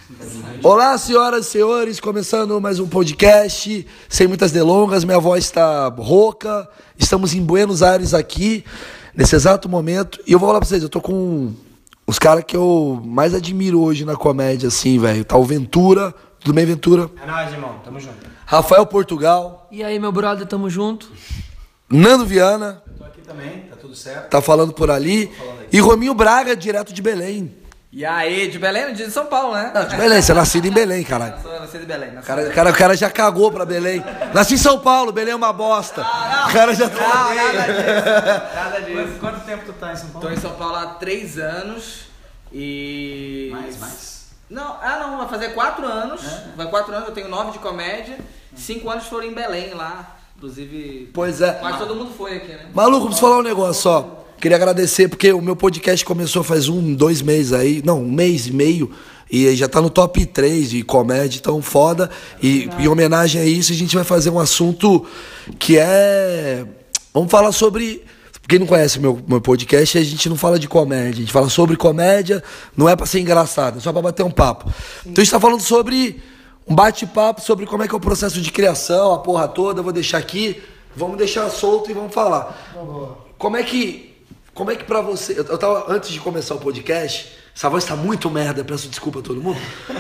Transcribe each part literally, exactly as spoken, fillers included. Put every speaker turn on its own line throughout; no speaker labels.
Olá, senhoras e senhores, começando mais um podcast, sem muitas delongas, minha voz está rouca, estamos em Buenos Aires aqui, nesse exato momento, e eu vou falar pra vocês, eu tô com os caras que eu mais admiro hoje na comédia, assim, velho, tá o Ventura, tudo bem, Ventura?
É nóis, irmão, tamo junto.
Rafael Portugal.
E aí, meu brother, tamo junto.
Nando Viana.
Eu tô aqui também, tá tudo certo.
Tá falando por ali. E Rominho Braga, direto de Belém.
E aí, de Belém, de São Paulo, né?
Não, de Belém, você é nascido em Belém, caralho.
Eu sou nascido em Belém.
O cara, cara, o cara já cagou pra Belém. Nasci em São Paulo, Belém é uma bosta.
Não, não.
O cara já
Não,
tá...
nada disso. Nada disso.
Quanto, quanto tempo tu tá em São Paulo?
Tô em São Paulo há três anos e...
Mais, mais?
Não, ah não, vai fazer quatro anos.
É?
Vai quatro anos, eu tenho nove de comédia. Cinco anos foram em Belém lá. Inclusive,
Pois é.
quase todo mundo foi aqui, né?
Maluco, preciso falar um negócio só. Queria agradecer, porque o meu podcast começou faz um, dois meses aí. Não, um mês e meio. E já tá no top três de comédia, tão foda. E em homenagem a isso, a gente vai fazer um assunto que é... Vamos falar sobre... Quem não conhece o meu, meu podcast, a gente não fala de comédia. A gente fala sobre comédia, não é pra ser engraçado, é só pra bater um papo. Então a gente tá falando sobre... Um bate-papo sobre como é que é o processo de criação, a porra toda. Eu vou deixar aqui, vamos deixar solto e vamos falar. Como é que... Como é que pra você... Eu, eu tava, antes de começar o podcast, essa voz tá muito merda, peço desculpa a todo mundo.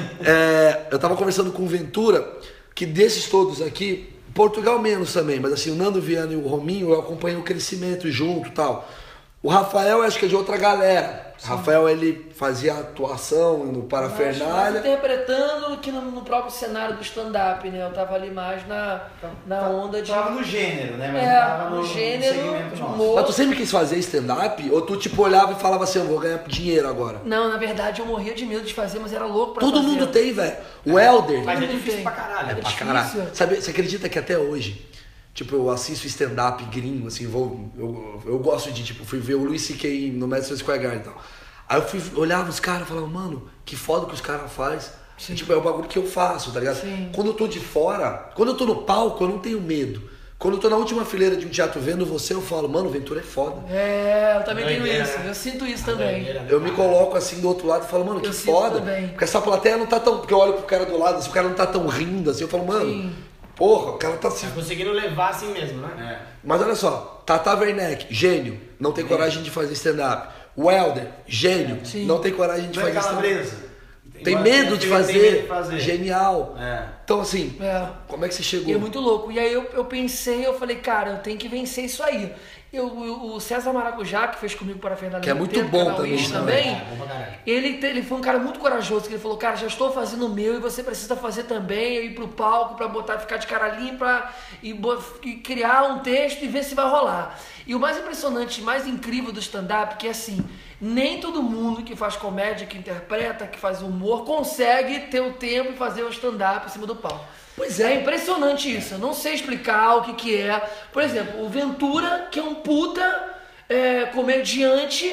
É, eu tava conversando com o Ventura, que desses todos aqui, Portugal menos também, mas assim, o Nando Viana e o Rominho, eu acompanhei o crescimento junto e tal. O Rafael, acho que é de outra galera. Sim. Rafael, ele fazia atuação no Parafernália.
Interpretando que no, no próprio cenário do stand-up, né? Eu tava ali mais na, na onda de...
Tava no gênero, né? Mas
É,
não tava
no,
no,
gênero
no segmento
de
nosso.
humor.
Mas tu sempre quis fazer stand-up? Ou tu tipo olhava e falava assim, eu vou ganhar dinheiro agora?
Não, na verdade eu morria de medo de fazer, mas era louco pra
Todo
fazer.
mundo tem, velho. O Helder.
Mas é
Não
difícil
tem.
pra caralho.
É pra
difícil.
caralho. Sabe, você acredita que até hoje, tipo, eu assisto stand-up gringo, assim, vou, eu, eu gosto de, tipo, fui ver o Louis C K no Madison Square Garden e tal. Aí eu fui, olhava os caras e falava, mano, que foda que os caras fazem. E, tipo, é o bagulho que eu faço, tá ligado?
Sim.
Quando eu tô de fora, quando eu tô no palco, eu não tenho medo. Quando eu tô na última fileira de um teatro vendo você, eu falo, mano, o Ventura é foda.
É, eu também tenho
Doideira,
isso.
né?
Eu sinto isso também.
Eu me coloco assim do outro lado e falo, mano, que
Eu sinto
foda.
também.
Porque essa plateia não tá tão... Porque eu olho pro cara do lado, assim, o cara não tá tão rindo, assim. Eu falo, mano,
Sim.
porra, o cara tá assim...
Tá conseguindo levar assim mesmo, né?
É.
Mas olha só, Tata Werneck, gênio, não tem coragem de fazer stand-up. O Helder, gênio,
Sim.
não tem coragem de
Vai
fazer stand-up.
Calabresa.
Tem
Igual-
medo de
tem
fazer,
medo de fazer.
genial.
É.
Então assim,
É.
como é que você
E
chegou?
é muito louco. E aí eu, eu pensei, eu falei, cara, eu tenho que vencer isso aí. Eu, o o César Maracujá, que fez comigo para a Fernanda,
Que é muito bom também, né?
também.
É, bom pra caralho.
Ele, te- ele foi um cara muito corajoso, que ele falou, cara, já estou fazendo o meu e você precisa fazer também, eu ir pro palco pra botar, ficar de cara limpa e, bo- e criar um texto e ver se vai rolar. E o mais impressionante, mais incrível do stand-up, que é assim, nem todo mundo que faz comédia, que interpreta, que faz humor, consegue ter o tempo e fazer o stand-up em cima do palco.
Pois
É
é.
impressionante isso, eu não sei explicar o que que é. Por exemplo, o Ventura, que é um puta é, comediante,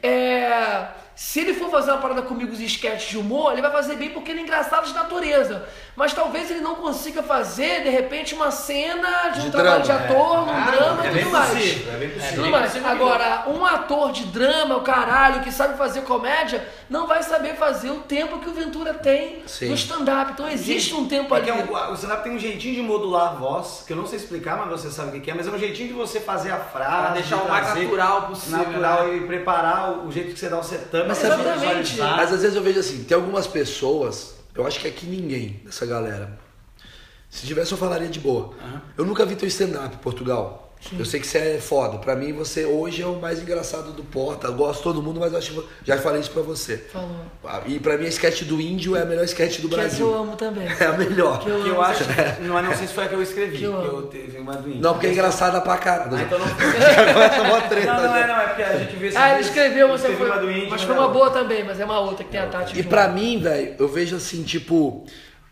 é, se ele for fazer uma parada comigo, os sketches de humor, ele vai fazer bem porque ele é engraçado de natureza. Mas talvez ele não consiga fazer, de repente, uma cena de um
De
trabalho
drama.
de ator, num
Ah,
drama
é
e
bem
tudo mais.
possível, é bem possível.
Tudo mais. Agora, um ator de drama, o caralho, que sabe fazer comédia, não vai saber fazer o tempo que o Ventura tem
Sim.
no stand-up. Então existe um tempo
É
ali.
que é um- o stand-up tem um jeitinho de modular a voz, que eu não sei explicar, mas você sabe o que que é, mas é um jeitinho de você fazer a frase.
Pra deixar
de
o mais
trazer
natural possível,
Natural
né?
e preparar o, o jeito que você dá o setup.
Mas
pra
sabe-
você
Exatamente.
visualizar.
Mas às vezes eu vejo assim, tem algumas pessoas, eu acho que aqui ninguém dessa galera. Se tivesse eu falaria de boa. Eu nunca vi teu stand-up, Portugal. Eu sei que você é foda. Pra mim, você hoje é o mais engraçado do Porta. Eu gosto de todo mundo, mas eu acho que já falei isso pra você.
Falou.
E pra mim, a sketch do Índio é a melhor sketch do
Que é que eu
Brasil.
amo também.
É a melhor.
Que eu
Que eu
amo.
acho que. Não, não sei se foi a que eu escrevi.
Que eu
que
amo.
eu teve uma do índio.
Não, porque é engraçada pra caralho.
Ah, então não.
Começa uma treta.
Não, não
já.
é, não, é porque a gente vê
Ah, ele escreveu,
você
você foi.
uma do índio,
Mas
uma
foi
da
uma
outra.
boa também, mas é uma outra que tem a Tati.
E
junto.
pra mim, velho, eu vejo assim, tipo.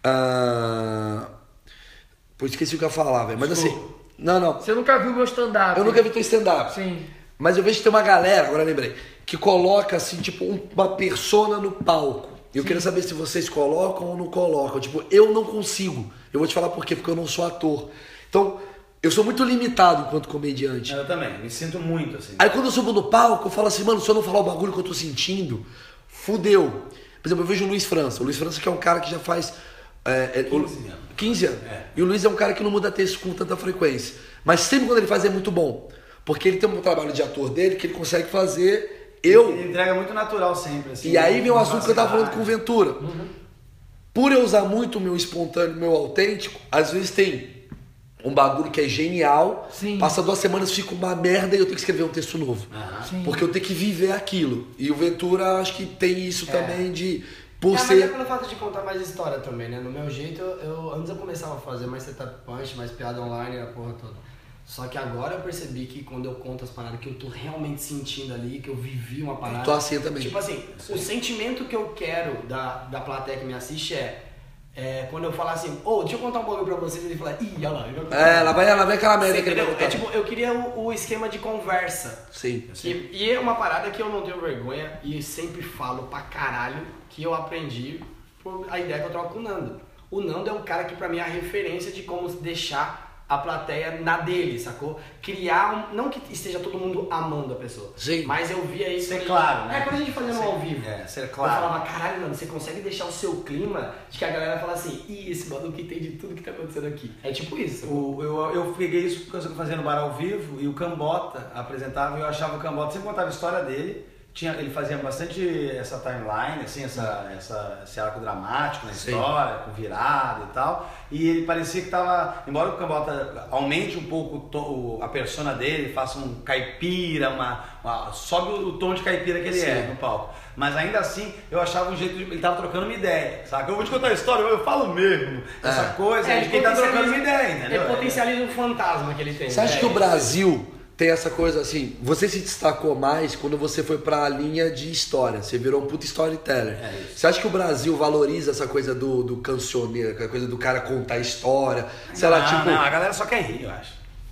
ah, Pô, esqueci o que eu ia falar, velho. Mas assim. Não, não.
Você nunca viu meu stand-up?
Eu nunca vi teu stand-up.
Sim.
Mas eu vejo que tem uma galera, agora eu lembrei, que coloca assim, tipo, um- uma persona no palco. E eu queria saber se vocês colocam ou não colocam. Tipo, eu não consigo. Eu vou te falar por quê, porque eu não sou ator. Então, eu sou muito limitado enquanto comediante.
Eu também, me sinto muito assim.
Aí quando eu subo no palco, eu falo assim, mano, se eu não falar o bagulho que eu tô sentindo, fudeu. Por exemplo, eu vejo o Luiz França. O Luiz França que é um cara que já faz... É, é,
quinze anos.
quinze anos.
É.
E o Luiz é um cara que não muda texto com tanta frequência. Mas sempre quando ele faz é muito bom. Porque ele tem um trabalho de ator dele que ele consegue fazer... Eu...
Ele entrega muito natural sempre. Assim,
e aí vem o
uma
assunto que eu tava falando com o
facilidade.
Ventura. Uhum. Por eu usar muito o meu espontâneo, o meu autêntico, às vezes tem um bagulho que é genial,
Sim.
passa duas semanas, fica uma merda e eu tenho que escrever um texto novo.
Uhum.
Porque eu tenho que viver aquilo. E o Ventura, acho que tem isso
É.
também de... Por
é,
ser...
mas é pelo fato de contar mais história também, né? No meu jeito, eu, eu- antes eu começava a fazer mais setup punch, mais piada online, a porra toda. Só que agora eu percebi que quando eu conto as paradas que eu tô realmente sentindo ali, que eu vivi uma parada...
Tô assim também.
Tipo assim, o sentimento que eu quero da, da plateia que me assiste é... é quando eu falar assim, ô, deixa eu contar um bagulho pra vocês, ele fala, ih, olha lá. ele vai contar."
É, lá vai, lá vai aquela merda
Você
que ele vai
entendeu?
contar.
É tipo, eu queria o, o esquema de conversa.
Sim.
Que, e é uma parada que eu não tenho vergonha e sempre falo pra caralho que eu aprendi por a ideia que eu troco com o Nando. O Nando é um cara que pra mim é a referência de como deixar a plateia na dele, sacou? Criar um... Não que esteja todo mundo amando a pessoa.
Sim.
Mas eu via isso...
Ser
quando a
claro,
gente-
né?
É, quando a gente fazia no
Ser-
ao vivo.
é, ser
Eu
claro.
falava, caralho, mano, você consegue deixar o seu clima de que a galera fala assim, ih, esse maluco entende tudo que tá acontecendo aqui. É tipo isso.
O, eu, eu peguei isso porque eu fazia no bar ao vivo e o Cambota apresentava e eu achava o Cambota, sempre contava a história dele. Tinha, ele fazia bastante essa timeline, assim, essa, essa, esse arco dramático na
Sim.
história, com virada e tal. E ele parecia que estava, embora o Cambota aumente um pouco o to- o- a persona dele, faça um caipira, uma, uma- sobe o, o tom de caipira que ele
Sim.
é no palco. Mas ainda assim, eu achava um jeito de... Ele tava trocando uma ideia, saca? Eu vou te contar a história, eu falo mesmo. Essa
É.
coisa
É,
de quem tá
potencializa-
trocando uma ideia, entendeu?
Ele potencializa o fantasma que ele tem.
Você acha
É.
que o Brasil tem essa coisa assim, você se destacou mais quando você foi pra linha de história, você virou um puta storyteller.
É isso.
Você acha que o Brasil valoriza essa coisa do, do cancioneiro, aquela coisa do cara contar história? Sei lá,
não,
tipo...
não, a galera só quer rir, eu acho.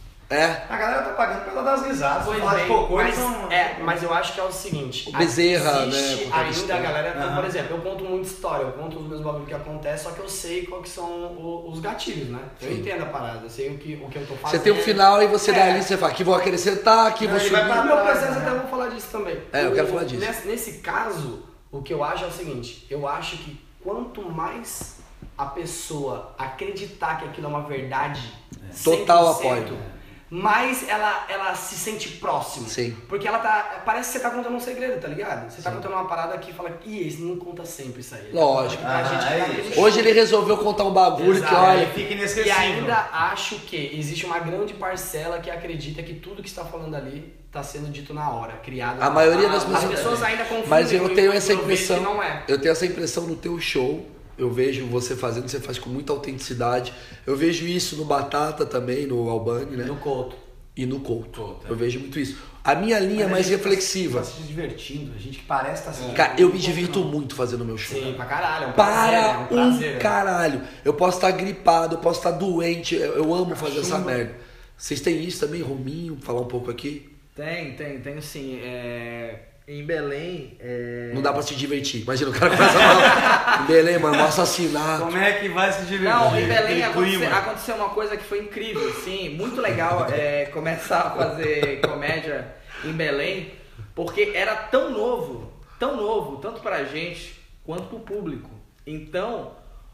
É?
A galera tá pagando pra ela dar as risadas,
Pois
falar de
bem,
cocô,
mas,
eles não...
é, mas eu acho que é o seguinte.
O Bezerra,
existe
né, contava
ainda
história.
a galera, então,
Aham.
por exemplo, eu conto muita história, eu conto os meus bagulhos que acontecem, só que eu sei qual que são o- os gatilhos, né? Eu
Sim.
entendo a parada, eu sei o que, o que eu tô
Você
fazendo.
tem um final e você
É.
dá ali, você fala, aqui vou acrescentar, aqui vou
Ele
subir.
vai pra-
No meu processo até vou falar disso também.
É, eu quero
O-
falar disso.
Nesse, nesse caso, o que eu acho é o seguinte, eu acho que quanto mais a pessoa acreditar que aquilo é uma verdade,
Total
cem por cento,
apoio.
mais ela, ela se sente próximo.
Sim.
Porque ela tá. Parece que você tá contando um segredo, tá ligado? Você tá contando uma parada que fala, ih, esse não conta sempre isso aí.
Lógico.
Pra
Ah,
gente
é
ficar
isso.
aquele
Hoje ele resolveu contar um bagulho
Exato.
que, olha...
Aí fica
E
inesquecível.
ainda acho que existe uma grande parcela que acredita que tudo que está falando ali está sendo dito na hora, criado.
A
na-
maioria das
As
pessoas...
pessoas ainda confundem.
Mas eu
com
tenho
isso,
essa
eu vejo
impressão,
que não é.
eu tenho essa impressão no teu show, eu vejo você fazendo, você faz com muita autenticidade. Eu vejo isso no Batata também, no Albani, né?
No Couto.
E no Couto.
Couto, é.
Eu vejo muito isso. A minha linha é
Mas a
mais
gente
reflexiva.
Tá se divertindo, a gente que parece estar se
Cara, eu me divirto muito fazendo meu show.
Sim, pra caralho. É um prazer, é
Para
um prazer.
um caralho. Eu posso estar gripado, eu posso estar doente, eu, eu amo fazer essa merda. Vocês têm isso também, Rominho? Falar um pouco aqui?
Tem, tem, tem sim. É, em Belém. É...
Não dá pra se divertir. Imagina, o cara começa a falar. Em Belém, mano, um assassinato.
Como é que vai se divertir?
Não, em Belém
Aquele
aconteceu,
clima.
aconteceu uma coisa que foi incrível, sim, muito legal é, começar a fazer comédia em Belém, porque era tão novo, tão novo, tanto pra gente quanto pro público. Então,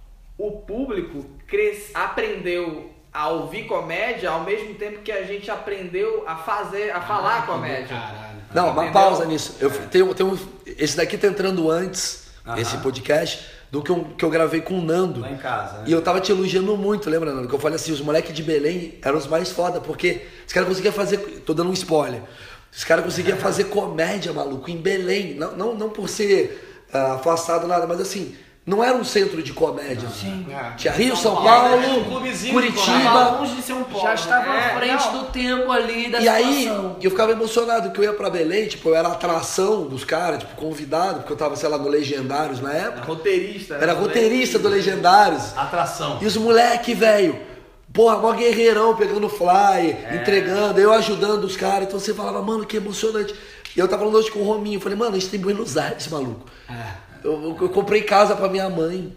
o público cres... aprendeu a ouvir comédia ao mesmo tempo que a gente aprendeu a fazer, a falar comédia.
Caralho.
Não, uma
Entendeu?
pausa nisso. Eu tenho, tenho, esse daqui tá entrando antes,
Aham.
esse podcast, do que, eu, que eu gravei com o Nando.
Lá em casa, né?
E eu tava te elogiando muito, lembra, Nando? Que eu falei assim, os moleques de Belém eram os mais foda, porque os caras conseguiam fazer. Tô dando um spoiler. Os caras conseguiam fazer comédia, maluco, em Belém. Não, não, não por ser ah, afastado, nada, mas assim, não era um centro de comédia.
Sim.
É.
Tinha Rio, São
Paulo,
Paulo,
né? Um clubezinho de
Tava
Curitiba.
longe de ser um polo.
Já estava
né?
à frente
não.
do tempo ali da
E aí,
situação.
eu ficava emocionado que eu ia pra Belém, tipo, eu era atração dos caras, tipo, convidado, porque eu tava, sei lá, no Legendários na época.
Roteirista.
Era
né?
roteirista do Legendários.
Atração.
E os moleque, velho, porra, mó guerreirão pegando flyer, entregando, eu ajudando os caras. Então você falava, mano, que emocionante. E eu tava falando hoje com o Rominho, eu falei, mano, a gente tem Buenos Aires, maluco. Eu, eu- eu comprei casa pra minha mãe.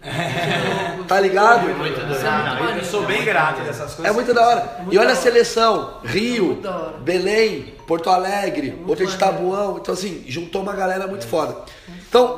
Tá ligado?
Muito doido.
Isso é muito
Não, eu
maneiro.
sou bem grato dessas coisas.
É muito da hora.
muito
E olha
da
a
hora.
seleção, Rio,
muito da hora.
Belém, Porto Alegre,
muito
outra de
maneiro.
Tabuão. Então assim, juntou uma galera muito foda. Então,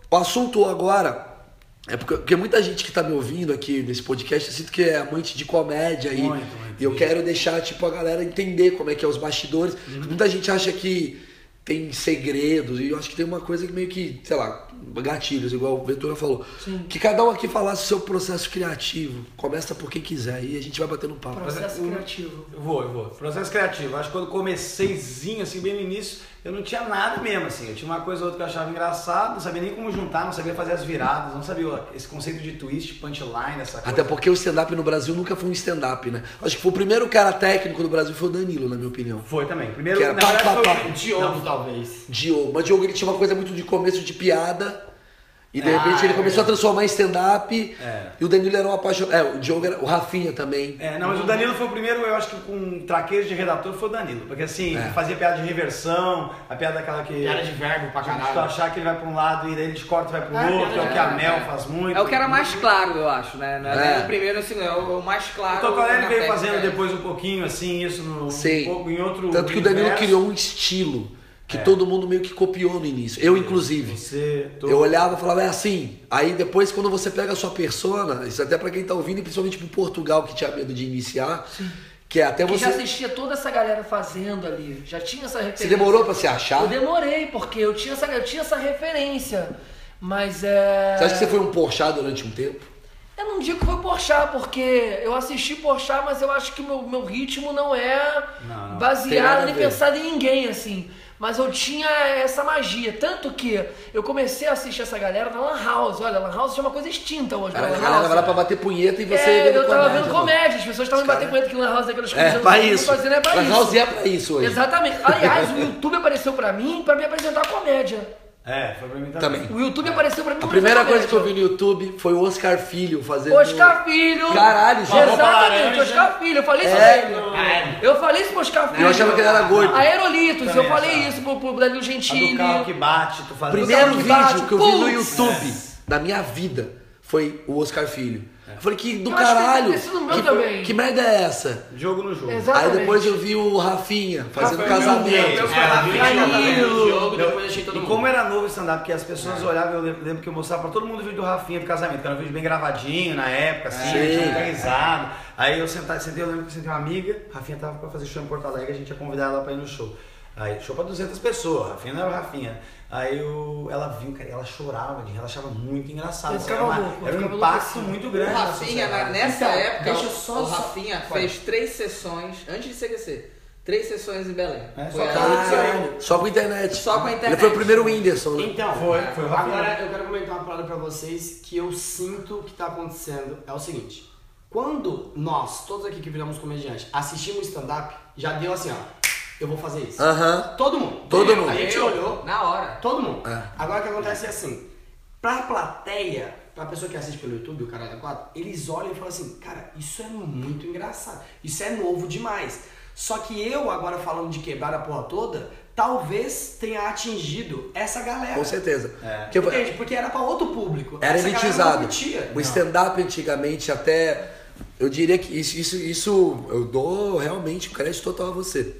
o assunto agora é porque, porque muita gente que tá me ouvindo aqui nesse podcast, eu sinto que é amante de comédia e,
Muito, muito
e eu
isso.
quero deixar tipo, a galera entender como é que é os bastidores.
Uhum.
Muita gente acha que tem segredos e eu acho que tem uma coisa que meio que, sei lá, gatilhos, igual o Ventura falou.
Sim.
Que cada um aqui falasse o seu processo criativo. Começa por quem quiser e a gente vai batendo um papo.
Processo
Um-
criativo.
Eu vou, eu vou. Processo criativo. Acho que quando comeceizinho, assim, bem no início, eu não tinha nada mesmo, assim. Eu tinha uma coisa ou outra que eu achava engraçado, não sabia nem como juntar, não sabia fazer as viradas, não sabia esse conceito de twist, punchline, essa coisa.
Até porque o stand-up no Brasil nunca foi um stand-up, né? Acho que foi o primeiro cara técnico do Brasil foi o Danilo, na minha opinião.
Foi também. Primeiro,
Que era
na
pá,
verdade,
pá,
foi
pá.
o
Diogo, talvez.
Diogo. Mas Diogo ele tinha uma coisa muito de começo de piada. E de
Ah,
repente ele
é
começou a
verdade.
transformar em stand-up.
É.
E o Danilo era um apaixonado. É, o Diogo era. O Rafinha também.
É, não, mas o Danilo foi o primeiro, eu acho que com traquejo de redator foi o Danilo. Porque assim,
É.
fazia piada de reversão, a piada daquela que.
Piada de verbo pra
de tu
caralho.
achar que ele vai pra um lado e daí ele corta e vai pro
É,
outro, que é o que a
é,
Mel
é.
faz muito.
É o que era mais claro, eu acho, né? Não é,
É.
nem o primeiro, assim, é o, o mais claro.
O Totorelli
na
veio
técnica,
fazendo
é.
depois um pouquinho assim, isso no,
Sim.
um pouco em outro.
Tanto que o Danilo
universo.
criou um estilo que
É.
todo mundo meio que copiou no início. Eu, inclusive.
Você, tô-
Eu olhava e falava, é assim. Aí depois, quando você pega a sua persona, isso até pra quem tá ouvindo, e principalmente pro Portugal, que tinha medo de iniciar, que é até
Que
você.
já assistia toda essa galera fazendo ali. Já tinha essa referência.
Você demorou pra se achar?
Eu demorei, porque eu tinha essa, eu tinha essa referência. Mas é.
Você acha que você foi um Porchat durante um tempo?
Eu não digo que foi Porchat, porque eu assisti Porchat, mas eu acho que o meu, meu ritmo não é
Não, não.
Tem nada
baseado
a
nem
ver.
pensado em ninguém, assim. Mas eu tinha essa magia. Tanto que eu comecei a assistir essa galera na Lan House. Olha, Lan House é uma coisa extinta hoje.
Cara,
na
a
Lan
galera
House.
vai lá pra bater punheta e você
É,
vendo
eu tava
comédia,
vendo
mano.
comédia, as pessoas estavam
Os
batendo
cara-
punheta aqui na Lan House, aquelas
É,
coisas
pra
que eu
isso.
tô fazendo, é pra
Lan
isso.
House é pra isso hoje.
Exatamente. Aliás, o YouTube apareceu pra mim pra me apresentar comédia.
É, foi pra mim também.
Também.
O YouTube apareceu pra mim
A
pra
primeira
me apresentar
coisa que eu vi
comédia.
no YouTube foi o Oscar Filho fazendo.
Oscar Filho.
Caralho, gente.
roupa
Exatamente,
laranja.
Oscar Filho. Eu falei isso
É.
pra ele. Eu falei isso pro Oscar Filho.
Eu achava que ele era gordo.
Aerolitos,
Também
eu falei
achava.
isso pro, pro Danilo
A
Gentili.
do carro que bate, tu faz
Primeiro
carro que
vídeo
bate,
que eu vi no
putz.
YouTube da minha vida foi o Oscar Filho. Eu falei, que do
Eu acho que
caralho.
deve ter sido o meu
que,
também.
que merda é essa?
Jogo no jogo.
Exatamente.
Aí depois eu vi o Rafinha fazendo
Rafael
casamento.
Meu
Eu fui
É,
lá,
vi
vi
Danilo.
o jogo, depois achei todo
E
mundo.
como era novo o stand-up, que as pessoas olhavam, eu lembro, lembro que eu mostrava pra todo mundo o vídeo do Rafinha do casamento, que era um vídeo bem gravadinho na época, assim,
Sim.
tinha organizado. Aí eu sentei, sentei, eu lembro que eu sentei uma amiga, a Rafinha tava pra fazer show em Porto Alegre, a gente ia convidar ela pra ir no show. Aí, show pra duzentas pessoas, Rafinha não era o Rafinha. Aí eu, ela viu, cara, e ela chorava, de rir, ela achava muito engraçado.
Eu
assim,
ficava
era, uma-
louco, eu
era um
ficava
impacto
enlouquecido.
muito
O
grande. na
Rafinha,
sociedade.
na- nessa
Então,
época,
deixa eu
o-
só-
o
só-
Rafinha
Pode.
fez três sessões, antes de C Q C, três sessões em Belém.
É,
Foi
só
a-
Caralho, só com internet.
Só com a internet.
Ele foi o primeiro Whindersson, né?
Então,
Foi, foi o Rafinha.
agora eu quero comentar uma parada pra vocês que eu sinto que tá acontecendo. É o seguinte, quando nós, todos aqui que viramos comediante, assistimos stand-up, já deu assim, ó, eu vou fazer isso.
Aham.
Todo mundo.
Todo
Eu,
mundo.
A gente
Eu,
olhou,
na hora.
todo mundo.
É.
Agora o que acontece é assim, pra plateia, pra pessoa que assiste pelo YouTube, o Caralho é quatro, eles olham e falam assim, cara, isso é muito engraçado, isso é novo demais. Só que eu, agora falando de quebrar a porra toda, talvez tenha atingido essa galera.
Com certeza.
É.
Porque
Entende? Porque era pra outro público.
era
Essa galera não
elitizado.
curtia.
O stand-up antigamente até. Eu diria que isso, isso, isso eu dou realmente crédito total a você.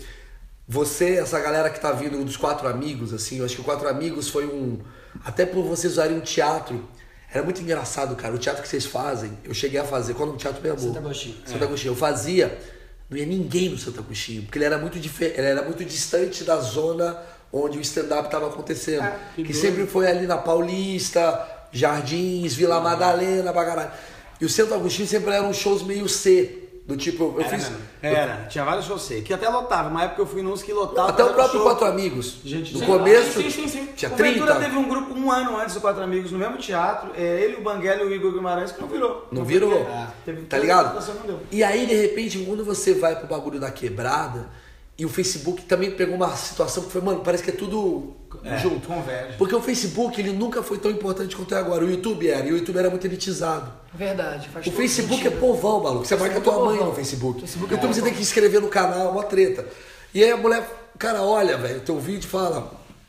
Você, essa galera que tá vindo dos Quatro Amigos, assim, eu acho que o Quatro Amigos foi um. Até por vocês usarem um teatro. Era muito engraçado, cara. O teatro que vocês fazem, eu cheguei a fazer, quando um teatro meia boca.
Santo Agostinho.
Santo Agostinho. Eu fazia, não ia ninguém no Santo Agostinho, porque ele era muito, dife- ele era muito distante da zona onde o stand-up estava acontecendo.
Ah, que
que
doido.
sempre foi ali na Paulista, Jardins, Vila Madalena, pra caralho. E o Santo Agostinho sempre eram shows meio C. Do tipo, eu
Era
fiz.
mesmo. Era, tinha vários shows que até lotava. Uma época eu fui nos que lotavam.
Até o
era
próprio
show.
Quatro Amigos.
Gente,
no
sim.
começo
Sim, sim, sim.
tinha
O Ventura
trinta.
teve um grupo um ano antes do Quatro Amigos no mesmo teatro. É, ele, o Banguela e o Igor Guimarães que não virou.
Não virou.
foi porque teve
Tá
toda
ligado?
a situação, não deu.
E aí, de repente, quando você vai pro bagulho da quebrada, e o Facebook também pegou uma situação que foi, mano, parece que é tudo
É,
junto.
converge.
Porque o Facebook, ele nunca foi tão importante quanto é agora. O YouTube era, e o YouTube era muito elitizado.
Verdade, faz
O
todo
Facebook
sentido.
é povão, maluco. Você marca a tua
Facebook é
mãe
povão.
no Facebook.
Facebook
No
é
YouTube você
povão.
tem que inscrever no canal, uma treta. E aí a mulher, o cara olha, velho, teu vídeo e fala: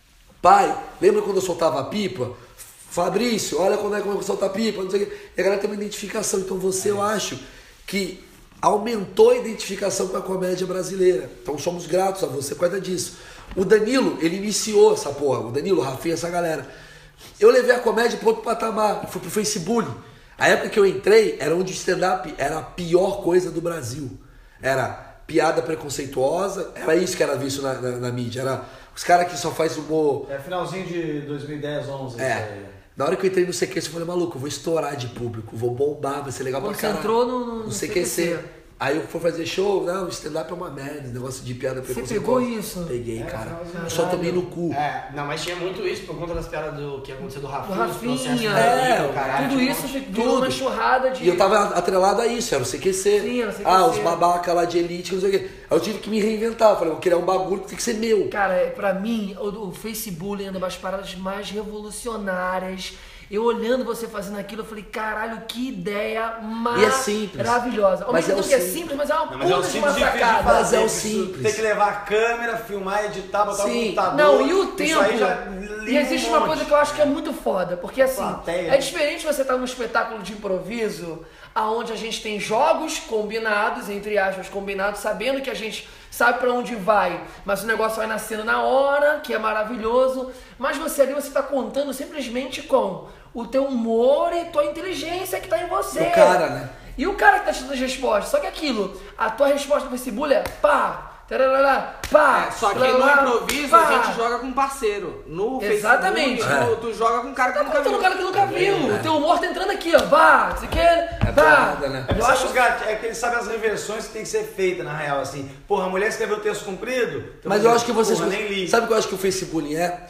pai, lembra quando eu soltava a pipa? Fabrício, olha quando é que eu soltar a pipa, não sei o quê. E a galera tem uma identificação. Então você, eu acho que aumentou a identificação com a comédia brasileira. Então somos gratos a você por causa disso. O Danilo, ele iniciou essa porra. O Danilo, o Rafinha, essa galera. Eu levei a comédia para outro patamar, eu fui pro Facebook. A época que eu entrei, era onde o stand-up era a pior coisa do Brasil. Era piada preconceituosa, era isso que era visto na, na, na mídia. Era os caras que só faz humor...
É finalzinho de dois mil e dez, onze.
É. Na hora que eu entrei no C Q C, eu falei, maluco, eu vou estourar de público, vou bombar, vai ser legal pra
Você
caralho.
entrou no, no,
no C Q C.
C Q C.
Aí eu fui fazer show, não, stand-up é uma merda, negócio de piada
Você
preconceituosa.
pegou isso?
Peguei,
É,
cara.
finalzinho.
Eu só tomei no cu.
É, não, mas tinha muito isso por conta das piadas do que aconteceu do
Do
Rafinha. os processos
Rafinha,
da
é,
vida, caralho,
tudo
tinha um
isso
monte-
virou
tudo.
uma churrada de...
E eu tava atrelado a isso, era o C Q C.
Sim, era o C Q C.
Ah, os babaca lá de elite, não sei o quê. Aí eu tive que me reinventar, eu falei, vou criar um bagulho que tem que ser meu.
Cara, é, pra mim, o, o Facebook é uma das paradas mais revolucionárias. Eu olhando você fazendo aquilo, eu falei, caralho, que ideia
E é simples.
maravilhosa. Ao
Mas
mesmo
é o
tempo que é
simples.
simples, mas é uma
Não, mas é o
puta de uma
simples difícil de
sacada.
fazer.
Mas é o
isso
simples.
Tem que levar a câmera, filmar, editar, botar
Sim.
o computador.
Não, e o
Isso
tempo.
aí já
E
limpa
existe
um
uma
monte.
coisa que eu acho que é muito foda, porque assim,
Plateia.
é diferente você estar num espetáculo de improviso, aonde a gente tem jogos combinados, entre aspas, combinados, sabendo que a gente sabe pra onde vai, mas o negócio vai nascendo na hora, que é maravilhoso, mas você ali, você tá contando simplesmente com o teu humor e tua inteligência que tá em você.
O cara, né?
E o cara que tá te dando as respostas, só que aquilo, a tua resposta no Facebook é pá, tarará, pá,
É, só que
tarará,
no improviso
pá.
a gente joga com um parceiro. No
Exatamente.
Facebook, tu, tu joga com um cara que
Tá
nunca
contando
viu.
um cara que nunca viu. O teu humor tá entrando aqui, ó. Vá, você quer?
É
Vá.
piada, né?
É,
Eu
sabe
acho
os gatos, é que ele sabe as reversões que tem que ser feita, na real, assim. Porra, a mulher escreveu o texto comprido. então
Mas eu acho que vocês...
Porra, nem li.
Sabe o que eu acho que o Facebook é?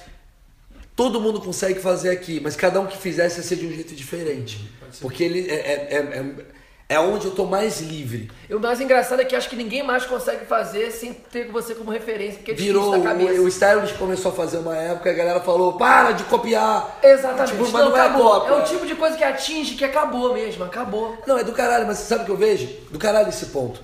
Todo mundo consegue fazer aqui, mas cada um que fizesse ia ser de um jeito diferente. Porque ele é, é, é, é, é onde eu tô mais livre.
E o mais engraçado é que eu acho que ninguém mais consegue fazer sem ter você como referência, porque é difícil
Virou,
da cabeça.
o, o Stylish começou a fazer uma época, a galera falou, para de copiar.
Exatamente.
Tipo, mas
não,
não é
acabou.
cópia.
É o tipo de coisa que atinge, que acabou mesmo, acabou.
Não, é do caralho, mas você sabe o que eu vejo? Do caralho esse ponto.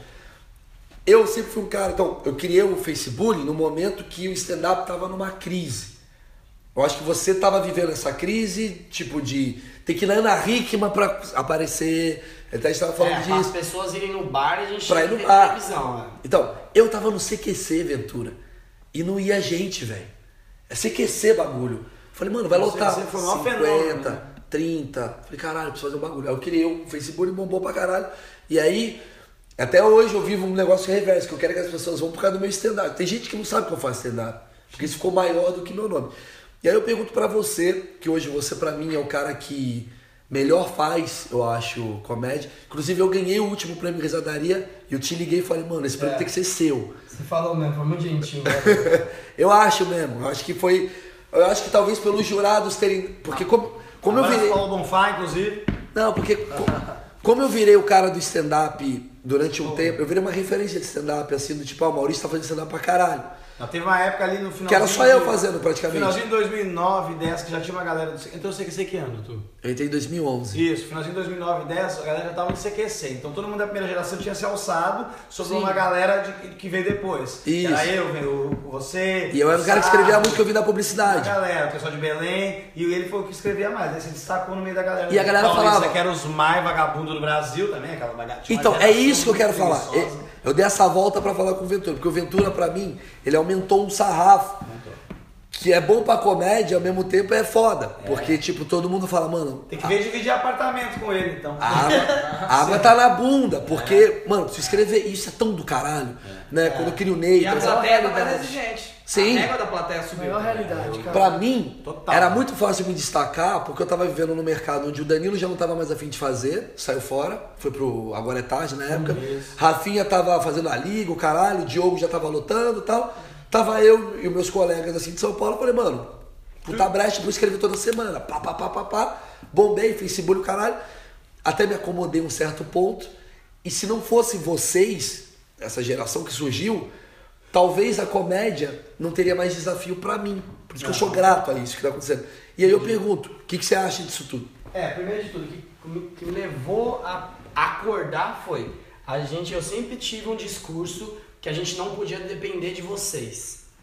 Eu sempre fui um cara, então, eu criei o Facebook no momento que o stand-up tava numa crise. Eu acho que você tava vivendo essa crise, tipo de ter que ir na Ana Hickman pra aparecer. Ele até estava falando
É, para as
disso.
pessoas irem no bar e a gente
Pra ir
tinha
no
que ter
bar.
televisão, né?
Então, eu tava no C Q C, Ventura. E não ia gente, velho. É C Q C bagulho. Falei, mano, vai
O
lotar
C Q C foi o maior
cinquenta,
fenômeno, né?
trinta. Falei, caralho, preciso fazer um bagulho. Aí eu criei o Facebook e bombou pra caralho. E aí, até hoje eu vivo um negócio reverso, que eu quero que as pessoas vão por causa do meu stand-up. Tem gente que não sabe que eu faço stand-up. Porque isso ficou maior do que meu nome. E aí eu pergunto pra você, que hoje você pra mim é o cara que melhor faz, eu acho, comédia. Inclusive eu ganhei o último prêmio Risadaria e eu te liguei e falei, mano, esse prêmio
É.
tem que ser seu.
Você falou mesmo, foi muito gentil, né?
Eu acho mesmo, eu acho que foi. Eu acho que talvez pelos jurados terem. Porque como, como eu
Abraço
virei.
Paulo Bonfá, inclusive.
Não, porque co- como eu virei o cara do stand-up durante um tempo, eu virei uma referência de stand-up, assim, do tipo, ah, o Maurício tá fazendo stand-up pra caralho.
Já teve uma época ali no final.
Que era só eu fazendo, praticamente.
Finalzinho de dois mil e nove, dez, que já tinha uma galera do C Q C. Então eu sei que sei que ano, tu?
Eu entrei em dois mil e onze.
Isso, finalzinho de dois mil e nove, dez, a galera já tava no C Q C. Então todo mundo da primeira geração tinha se alçado sobre
Sim.
uma galera de- que veio depois.
Isso.
Era eu, eu, você.
E eu era o cara que
Sarro,
escrevia muito que eu vi da
a
publicidade.
galera, o pessoal de Belém, e ele foi o que escrevia mais. Aí se destacou no meio da galera.
E a galera
Paulista,
falava-
que era os mais vagabundos do Brasil também, aquela bagatinha.
Então, é isso que eu quero falar. Eu- Eu dei essa volta pra falar com o Ventura, porque o Ventura, pra mim, ele aumentou um sarrafo. Que é bom pra comédia, ao mesmo tempo é foda. Porque, tipo, todo mundo fala, mano,
Tem que ver dividir apartamento com ele, então.
a água, a água tá na bunda. Porque, mano, se escrever isso é tão do caralho. Né? Quando eu crio o Ney,
E a
traz a
plateia tá mais
realidade.
exigente.
Sim.
A régua da plateia
A
subiu.
maior realidade, cara.
Pra mim,
Total.
era muito fácil me destacar, porque eu tava vivendo no mercado onde o Danilo já não tava mais afim de fazer, saiu fora, foi pro Agora é Tarde na época. Rafinha tava fazendo a liga, o caralho, o Diogo já tava lutando e tal. Tava eu e os meus colegas assim de São Paulo, eu falei, mano, puta brecha pra eu escrever toda semana. Pá, pá, pá, pá, pá. Bombei, Facebook, o caralho. Até me acomodei um certo ponto. E se não fosse vocês, essa geração que surgiu, talvez a comédia não teria mais desafio pra mim. Por isso que eu sou grato a isso que tá acontecendo. E aí eu pergunto, o que, que você acha disso tudo?
É, primeiro de tudo, o que, que me levou a acordar foi, a gente, eu sempre tive um discurso que a gente não podia depender de vocês.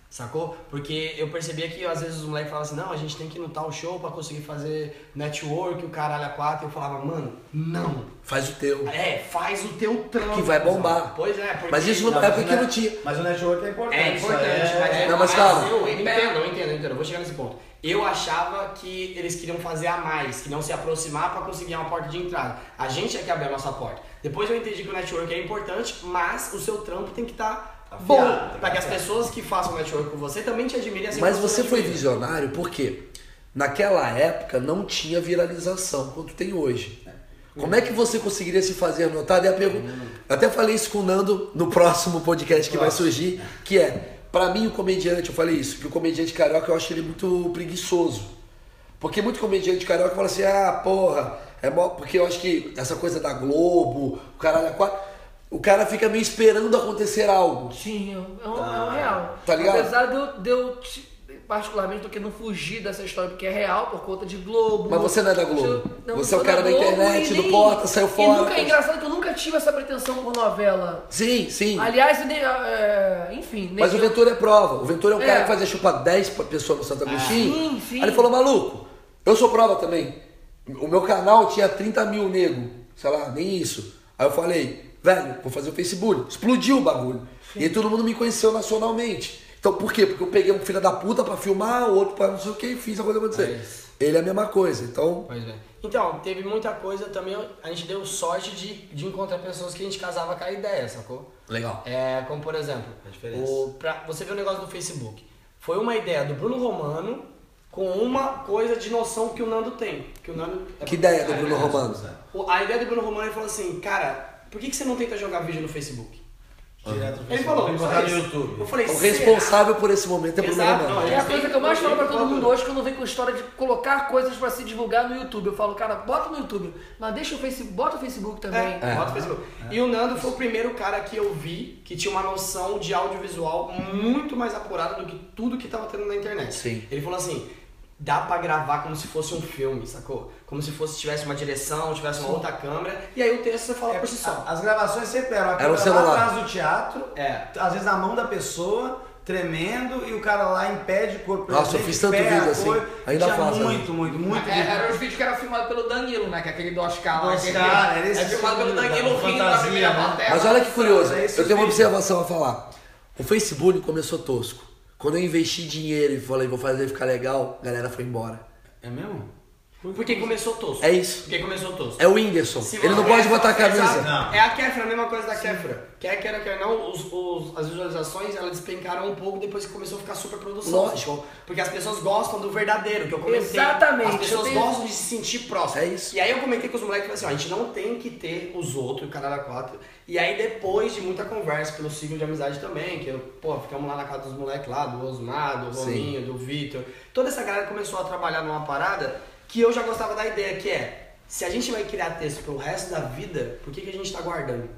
Sacou? Porque eu percebia que às vezes os moleques falavam assim, não, a gente tem que ir no tal show pra conseguir fazer network, o caralho a quatro. Eu falava, mano, não.
Faz o teu.
É, faz o teu trampo.
Que vai bombar.
Pois é, porque...
Mas isso não, é porque não tinha.
Mas o network é importante.
É importante,
é...
mas, é,
não, mas calma.
eu entendo, eu entendo, eu entendo, eu vou chegar nesse ponto. Eu achava que eles queriam fazer a mais, que não se aproximar pra conseguir uma porta de entrada. A gente é que abre a nossa porta. Depois eu entendi que o network é importante, mas o seu trampo tem que estar tá bom, para que as pessoas que façam network com você também te admirem assim.
Mas você foi visionário porque naquela época não tinha viralização quanto tem hoje. Como é que você conseguiria se fazer notar? Daí a pergunta, eu até falei isso com o Nando no próximo podcast que vai surgir, que é, pra mim o comediante, eu falei isso, que o comediante carioca eu acho ele muito preguiçoso. Porque muito comediante carioca fala assim, ah, porra, é mó... porque eu acho que essa coisa da Globo, o caralho é quatro... O cara fica meio esperando acontecer algo.
Sim, é um, é um real.
Tá ligado?
Apesar de eu, de eu particularmente, tô querendo fugir dessa história, porque é real, por conta de Globo.
Mas você não é da Globo.
Não,
você é o
não
cara da
Globo,
internet,
nem,
do Porta, saiu
e
fora.
Nunca, é engraçado que eu nunca tive essa pretensão por novela.
Sim, sim.
Aliás, nem, é, enfim... Nem
Mas o
eu...
Ventura é prova. O Ventura é o
É.
cara que fazia chupar dez pessoas no Santo Agostinho.
Sim, sim.
Aí ele falou, maluco, eu sou prova também. O meu canal tinha trinta mil nego. Sei lá, nem isso. Aí eu falei... Velho, vou fazer o Facebook. Explodiu o bagulho. Sim. E aí todo mundo me conheceu nacionalmente. Então por quê? Porque eu peguei um filho da puta pra filmar, o outro pra não sei o que e fiz a coisa acontecer. É Ele é a mesma coisa, então...
Pois é. Então, teve muita coisa também, a gente deu sorte de, de encontrar pessoas que a gente casava com a ideia, sacou?
Legal.
É, como por exemplo,
diferença.
o, pra, você vê o negócio do Facebook. Foi uma ideia do Bruno Romano com uma coisa de noção que o Nando tem. Que, o Nando,
Que ideia do Bruno Romano?
O- A ideia do Bruno Romano, ele falou assim, cara... Por que, que você não tenta jogar vídeo no Facebook?
Direto no
Ele falou,
Facebook,
só
botar no
isso.
YouTube.
Eu falei,
O
será?
responsável por esse momento é Bruno
Exato,
Romano.
não,
É a coisa que eu mais falo pra todo
Quando-
mundo hoje quando vem com a história de colocar coisas pra se divulgar no YouTube. Eu falo, cara, bota no YouTube, mas deixa o Facebook, bota o Facebook também.
É, bota o Facebook. E o Nando foi o primeiro cara que eu vi que tinha uma noção de audiovisual muito mais apurada do que tudo que tava tendo na internet.
Sim.
Ele falou assim, dá pra gravar como se fosse um filme, sacou? Como se fosse tivesse uma direção, tivesse uma outra câmera, e aí o texto você fala por si só.
As gravações sempre eram a
Era um
câmera lá
celular.
atrás do teatro,
É.
às vezes na mão da pessoa, tremendo, e o cara lá impede o corpo.
Nossa, eu fiz tanto vídeo assim, ainda
Tinha
faço,
muito, muito, muito
É,
vídeo.
eram os vídeos que eram filmados pelo Danilo, né? Que é aquele do Oscar lá.
Do
aquele-
Oscar, era esse
É filmado pelo
filme da
Danilo rindo na
fantasia,
primeira
né?
plateia.
Mas olha que curioso,
É esse
eu tenho uma
vídeo.
observação a falar. O Facebook começou tosco. Quando eu investi dinheiro e falei, vou fazer ficar legal, a galera foi embora.
É mesmo?
Porque começou tosco.
É isso.
Porque começou tosco.
É o Whindersson.
Se
Ele não
você-
pode botar a camisa.
Exato.
Não.
É a Kéfera, a mesma coisa da Kéfera. Quer queira, quer não, os, os, as visualizações elas despencaram um pouco depois que começou a ficar super produção.
Lógico.
sacou? Porque as pessoas gostam do verdadeiro, que eu comentei.
Exatamente,
As pessoas
eu tenho-
gostam de se sentir próximo.
É isso.
E aí eu comentei com os moleques e falei assim, ó, a gente não tem que ter os outros, o canal da quatro. E aí depois de muita conversa pelo ciclo de amizade também, que eu, pô, ficamos lá na casa dos moleques lá, do Osmar, do
Sim.
Rominho, do Vitor. Toda essa galera começou a trabalhar numa parada que eu já gostava da ideia, que é, se a gente vai criar texto pro resto da vida, por que, que a gente tá guardando?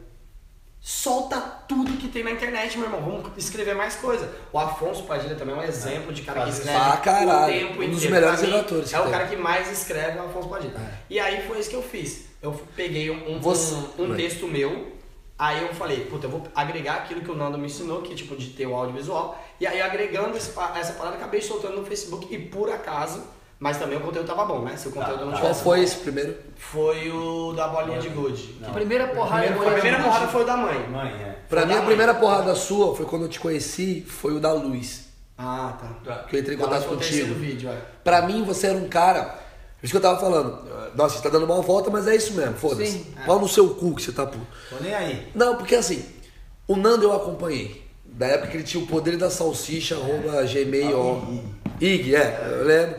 Solta tudo que tem na internet, meu irmão. Vamos escrever mais coisa. O Afonso Padilha também é um exemplo de cara que
Faz
escreve
pra caralho.
o tempo
Um dos
inteiro.
melhores
Pra mim,
redatores que
É o
tem.
cara que mais escreve, é o Afonso Padilha.
É.
E aí foi isso que eu fiz. Eu peguei um, um,
Você-
um, um texto meu, aí eu falei, puta, eu vou agregar aquilo que o Nando me ensinou, que é tipo de ter o audiovisual. E aí agregando esse pa- essa parada, acabei soltando no Facebook e por acaso, mas também o conteúdo tava bom, né? Se o conteúdo não
Qual
tivesse
foi
bom,
esse primeiro?
Foi o da bolinha de gude.
Que primeira porrada
Primeiro
foi
A primeira porrada foi o da mãe.
Mãe, é.
Pra
Foi
mim,
da
a
mãe.
primeira porrada sua foi quando eu te conheci, foi o da Luz.
Ah, tá.
Que eu entrei em
Da
contato
Luz foi o terceiro
contigo.
vídeo, é.
Pra mim, você era um cara. Por isso que eu tava falando. Nossa, você tá dando uma volta, mas é isso mesmo, foda-se.
Sim.
Pau no seu cu que você tá puto.
Tô nem aí.
Não, porque assim, o Nando eu acompanhei. Da época que ele tinha o poder da salsicha, arroba gmail. Ig, é, eu lembro.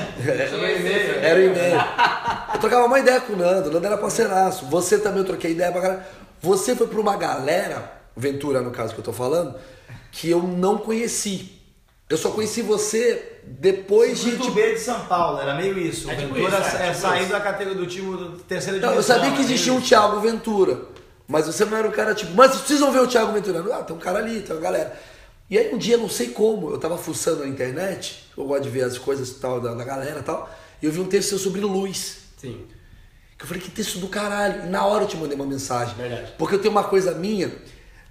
Era o e-mail. Eu trocava uma ideia com o Nando, o Nando era parceiraço. Você também eu troquei ideia pra caralho. Você foi pra uma galera, Ventura no caso que eu tô falando, que eu não conheci. Eu só conheci você depois de.
Tipo
Tipo,
B de São Paulo, era meio isso.
É
O
tipo
Ventura
isso, é,
é,
tipo
saiu
isso.
da categoria do time do terceira
não,
divisão.
eu sabia que
é
existia um
isso.
Thiago Ventura, mas você não era o cara tipo, mas vocês precisam ver o Thiago Ventura. Ah, tem um cara ali, tem uma galera. E aí um dia, não sei como, eu tava fuçando na internet, eu gosto de ver as coisas e tal, da, da galera e tal, e eu vi um texto seu sobre luz.
Sim.
Que eu falei, que texto do caralho. E na hora eu te mandei uma mensagem.
Verdade.
Porque eu tenho uma coisa minha,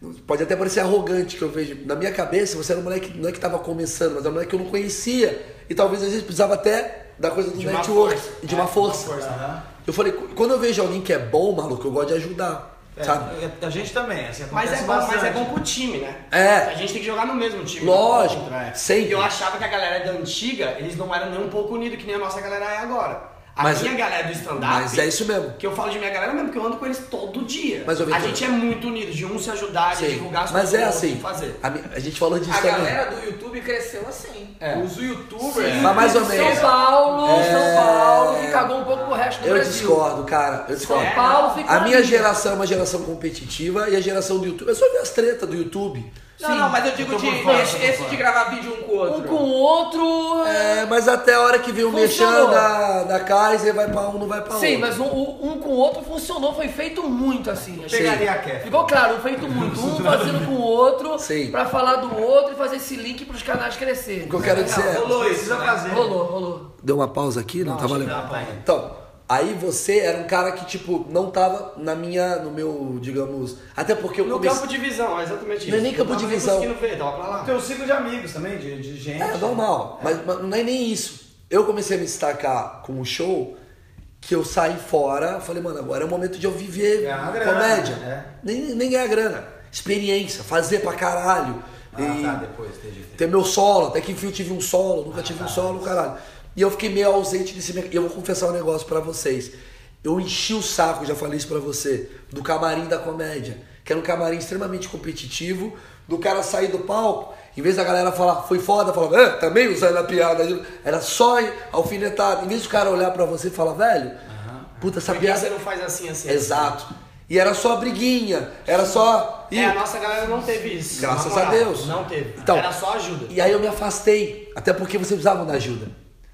Pode até parecer arrogante que eu vejo. Na minha cabeça, você era um moleque, não é que tava começando, mas era um moleque que eu não conhecia. E talvez às vezes precisava até da coisa do
De uma
network,
força.
de uma
É,
força.
uma força.
Aham.
Eu falei, quando eu vejo alguém que é bom, maluco, eu gosto de ajudar.
É,
Sabe?
a gente também, assim,
Mas é,
acontece
bom, mas é
bastante.
bom pro time, né?
É.
A gente tem que jogar no mesmo time.
Lógico,
contra, é.
sempre.
E eu achava que a galera da antiga, eles não eram nem um pouco unidos, que nem a nossa galera é agora. A
Mas-
minha galera do stand-up...
Mas é isso mesmo.
Que eu falo de minha galera mesmo, porque eu ando com eles todo dia.
Mas, ô,
a
Vitor,
gente é muito unido, de um se ajudar, de
Sim.
divulgar as
Mas
coisas
é
que o outro
assim,
fazer.
a, mi- a gente falou disso
A
também.
galera do YouTube cresceu assim.
É.
Os youtubers.
Mas mais ou menos.
São Paulo,
É.
São Paulo, que cagou um pouco pro resto do
Eu
Brasil.
discordo, cara. Eu discordo.
São Paulo ficou
A minha
ali.
geração é uma geração competitiva e a geração do YouTube. Eu só vi as tretas do YouTube.
Não, não, mas eu digo
eu tô
de
por fora,
esse,
tô por
esse
fora.
de gravar vídeo um com o outro.
Um com o outro.
É, mas até a hora que veio o
Funcionou.
mexão da, da Kaiser, vai pra um, não vai pra outro.
Sim, mas um, um com o outro funcionou, foi feito muito assim. achei.
Pegaria a Kef.
Ficou claro, feito muito. Um fazendo com o outro,
Sim.
pra falar do outro e fazer esse link pros canais crescerem.
O que eu quero dizer é...
Rolou isso,
Precisa
né?
fazer.
Rolou, rolou.
Deu uma pausa aqui? Não, tá valendo.
não, tá indo.
Então, aí você era um cara que, tipo, não tava na minha, no meu, digamos... Até porque eu
No
comecei...
campo de visão, é exatamente isso.
Não é nem campo
Eu
de
tava nem
visão.
conseguindo ver, tava pra lá.
Tem um ciclo de amigos também, de, de gente.
É normal, mas, mas não é nem isso. Eu comecei a me destacar com o show, que eu saí fora, falei, mano, agora é o momento de eu viver
Ganhar grana,
comédia.
é.
Nem, nem ganhar grana. Experiência, fazer pra caralho.
Ah,
E
tá, depois, entendi.
ter meu solo, até que enfim eu tive um solo, nunca tive um solo, caralho. E eu fiquei meio ausente desse mercado. E eu vou confessar um negócio pra vocês. Eu enchi o saco, já falei isso pra você, do camarim da comédia. Que era um camarim extremamente competitivo, do cara sair do palco, em vez da galera falar, foi foda, falava, é, também usando a piada. Era só alfinetado. Em vez do cara olhar pra você e falar, velho, puta, essa
Por que
piada...
você não faz assim, assim?
Exato. E era só briguinha, era só...
É, a nossa galera não teve isso.
Graças
na moral.
a Deus.
Não teve.
Então,
Era só ajuda.
E aí eu me afastei, até porque vocês precisavam da ajuda.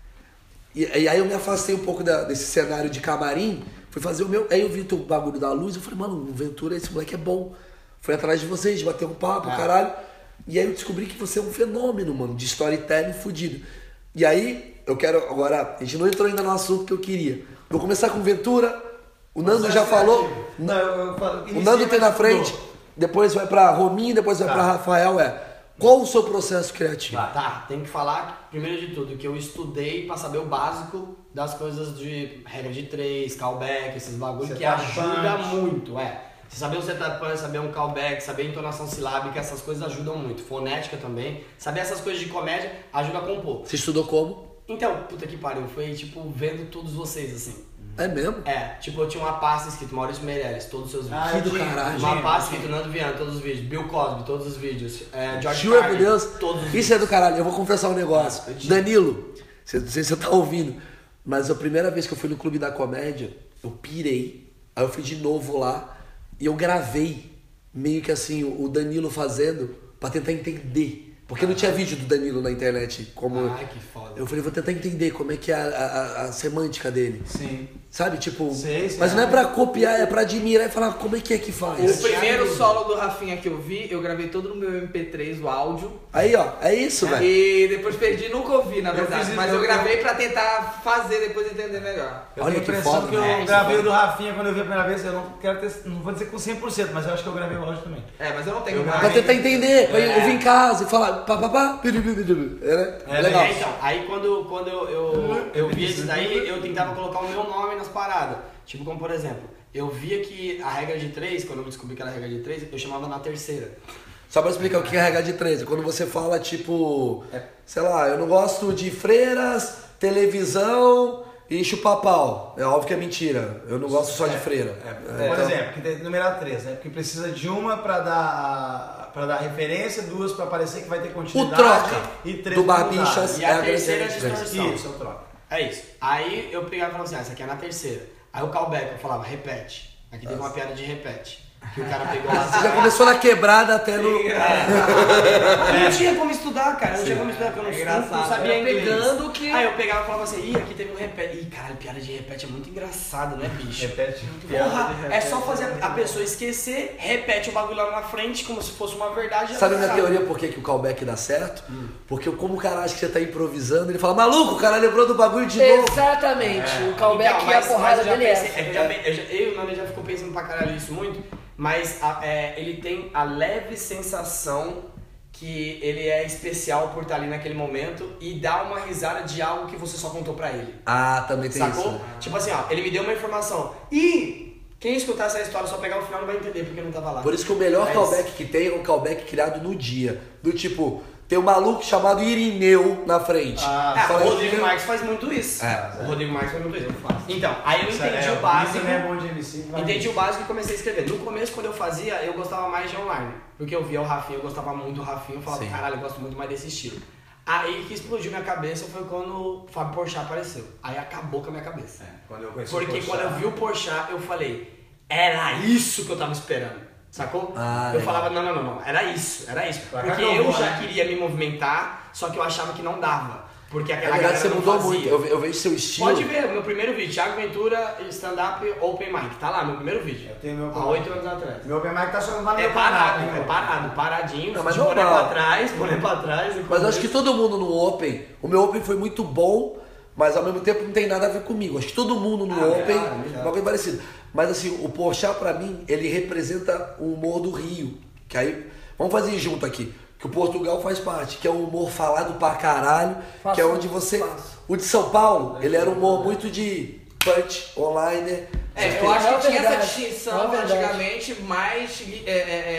E, e aí eu me afastei um pouco da- desse cenário de camarim, fui fazer o meu. Aí eu vi o bagulho da luz, eu falei, mano, o Ventura, esse moleque é bom. Fui atrás de vocês, de bater um papo, caralho. E aí eu descobri que você é um fenômeno, mano, de storytelling fudido. E aí, eu quero agora, a gente não entrou ainda no assunto que eu queria. Vou começar com o Ventura, o Nando já falou.
Não, eu, eu falo,
O Nando tem na frente, depois vai pra Rominho, depois vai
Tá.
pra Rafael, é. Qual o seu processo criativo?
Tá, tem que falar, primeiro de tudo, que eu estudei pra saber o básico das coisas de regra de três, callback, esses bagulho que
Setup
ajuda
punch.
muito, é. Você saber o setup punch, saber um callback, saber a entonação silábica, essas coisas ajudam muito. Fonética também. Saber essas coisas de comédia ajuda a compor.
Você estudou como?
Então, puta que pariu, foi tipo vendo todos vocês assim.
É mesmo?
É, tipo, eu tinha uma pasta escrito Maurício Meirelles, todos os seus vídeos.
Ah,
Que
eu
do
tinha,
caralho.
tinha,
Uma pasta
tinha.
escrito Nando Viana, todos os vídeos. Bill Cosby, todos os vídeos. É, George
Jura por
Carlin,
Deus?
todos os
Isso é do caralho. Eu vou confessar um negócio.
Ah, eu tinha.
Danilo, você- não sei se você tá ouvindo, mas a primeira vez que eu fui no Clube da Comédia, eu pirei. Aí eu fui de novo lá e eu gravei meio que assim, o Danilo fazendo pra tentar entender. Porque não tinha vídeo do Danilo na internet. Como
Ai, que foda.
Eu falei, vou tentar entender como é que é a, a- a semântica dele.
Sim.
Sabe, tipo...
Sei, sei.
Mas não é pra copiar, é pra admirar e falar como é que é que
O
faz.
primeiro solo do Rafinha que eu vi, eu gravei todo no meu M P três, o áudio.
Aí, ó, é isso, velho.
E depois perdi, nunca ouvi, na
Eu
verdade.
fiz
Mas
isso,
eu
eu-
gravei pra tentar fazer depois entender melhor.
Eu
Olha
tenho
que
a impressão
foda,
que eu
né?
gravei
Isso
o do Rafinha quando eu vi a primeira vez. Eu não quero ter, não vou dizer com cem por cento, mas eu acho que eu gravei o áudio também.
É, mas eu não tenho
Eu
mais.
Pra tentar entender, pra
É.
ouvir em casa e falar pá, pá, pá, piri, piri, piri. É, né?
É,
legal.
É, então, aí quando, quando eu, eu, eu vi isso daí, eu tentava colocar o meu nome nas paradas. Tipo, como por exemplo, eu via que a regra de três, quando eu descobri que era a regra de três, eu chamava na terceira.
Só pra explicar o que é regra de treze. Quando você fala, tipo,
É.
sei lá, eu não gosto de freiras, televisão e chupar pau. É óbvio que é mentira. Eu não gosto só de freira.
É,
É,
por
então-
exemplo, que tem numerar três, né? Porque precisa de uma pra dar, pra dar referência, duas pra parecer que vai ter
O
continuidade.
troca
e três
do
pra
Barbixas
mudar.
E
é
a
a
terceira é a
grande diferença.
distorção.
Isso, é o troca.
É isso. Aí eu pegava e falava assim, ah, essa aqui é na terceira. Aí o callback, eu falava, repete. Aqui teve uma piada de repete. Que o cara pegou lá.
Você já começou na quebrada até no...
Eu não tinha como estudar, cara. Eu não tinha como estudar, porque eu não,
É engraçado.
não sabia
Era
inglês.
pegando que-
Aí eu pegava e falava assim, ih, aqui teve um repete. Ih, caralho, piada de repete é muito engraçado, né, bicho?
Repete.
Porra, é só fazer a pessoa esquecer, repete o bagulho lá na frente como se fosse uma verdade.
Sabe a minha
sabe?
teoria por que, que o callback dá certo? Porque como o cara acha que você tá improvisando, ele fala, maluco, o cara lembrou do bagulho de novo.
Exatamente. O callback
Então,
e a
mas-
porrada
mas eu já
dele é
pensei-
essa.
eu já- eu já- eu e o Nando já ficou pensando pra caralho isso muito. mas a, é, ele tem a leve sensação que ele é especial por estar ali naquele momento e dá uma risada de algo que você só contou pra ele.
Ah, também tem
Sacou?
isso. Né?
Tipo assim, ó, ele me deu uma informação. E quem escutar essa história só pegar o final não vai entender porque não tava lá.
Por isso que o melhor
Mas...
callback que tem é um callback criado no dia. Do tipo, tem um maluco chamado Irineu na frente.
Ah,
Ah,
Fala
o
aí,
Rodrigo Marques faz muito isso.
É.
O Rodrigo Marques faz muito isso. Eu faço. Então, aí eu
Isso
entendi
é,
o básico.
Isso é bom de M C. vai
Entendi
nisso.
o básico e comecei a escrever. No começo, quando eu fazia, eu gostava mais de online. Porque eu via o Rafinha, eu gostava muito do Rafinha. Eu falava,
Sim.
caralho, eu gosto muito mais desse estilo. Aí que explodiu minha cabeça foi quando o Fábio Porchat apareceu. Aí acabou com a minha cabeça.
É, quando eu conheci
Porque
o
quando eu
Porchat-
vi o Porchat, eu falei, era isso que eu tava esperando. Sacou?
Ah,
eu
legal.
falava, não, não, não, não, era isso, era isso.
Pra cá
Porque
que eu
eu
vou,
já
né?
queria me movimentar, só que eu achava que não dava. Porque
Na
aquela
verdade,
galera
você
não
mudou
fazia.
muito. Eu, ve- eu vejo seu estilo.
Pode ver, meu primeiro vídeo, Thiago Ventura, stand-up open mic, tá lá, meu primeiro vídeo.
Eu tenho meu
Há oito anos atrás.
Meu open mic tá só lá no
É
meu
parado,
canal,
é
né?
parado, paradinho,
Não, mas
de boné
normal.
pra trás, boné pra trás. e
Mas eu acho que
começo.
todo mundo no Open, o meu Open foi muito bom, mas ao mesmo tempo não tem nada a ver comigo. Acho que todo mundo no
Ah,
Open,
melhor, melhor.
uma coisa parecida. Mas assim, o Porchat pra mim, ele representa o humor do Rio. Que aí, vamos fazer junto aqui. Que o Portugal faz parte, que é um humor falado pra caralho,
Faço,
que é onde você...
faço.
O de São Paulo, ele era um humor muito de punch, online.
É,
É
eu acho
uma
que tinha essa
verdade,
distinção
uma verdade.
antigamente mais é, é,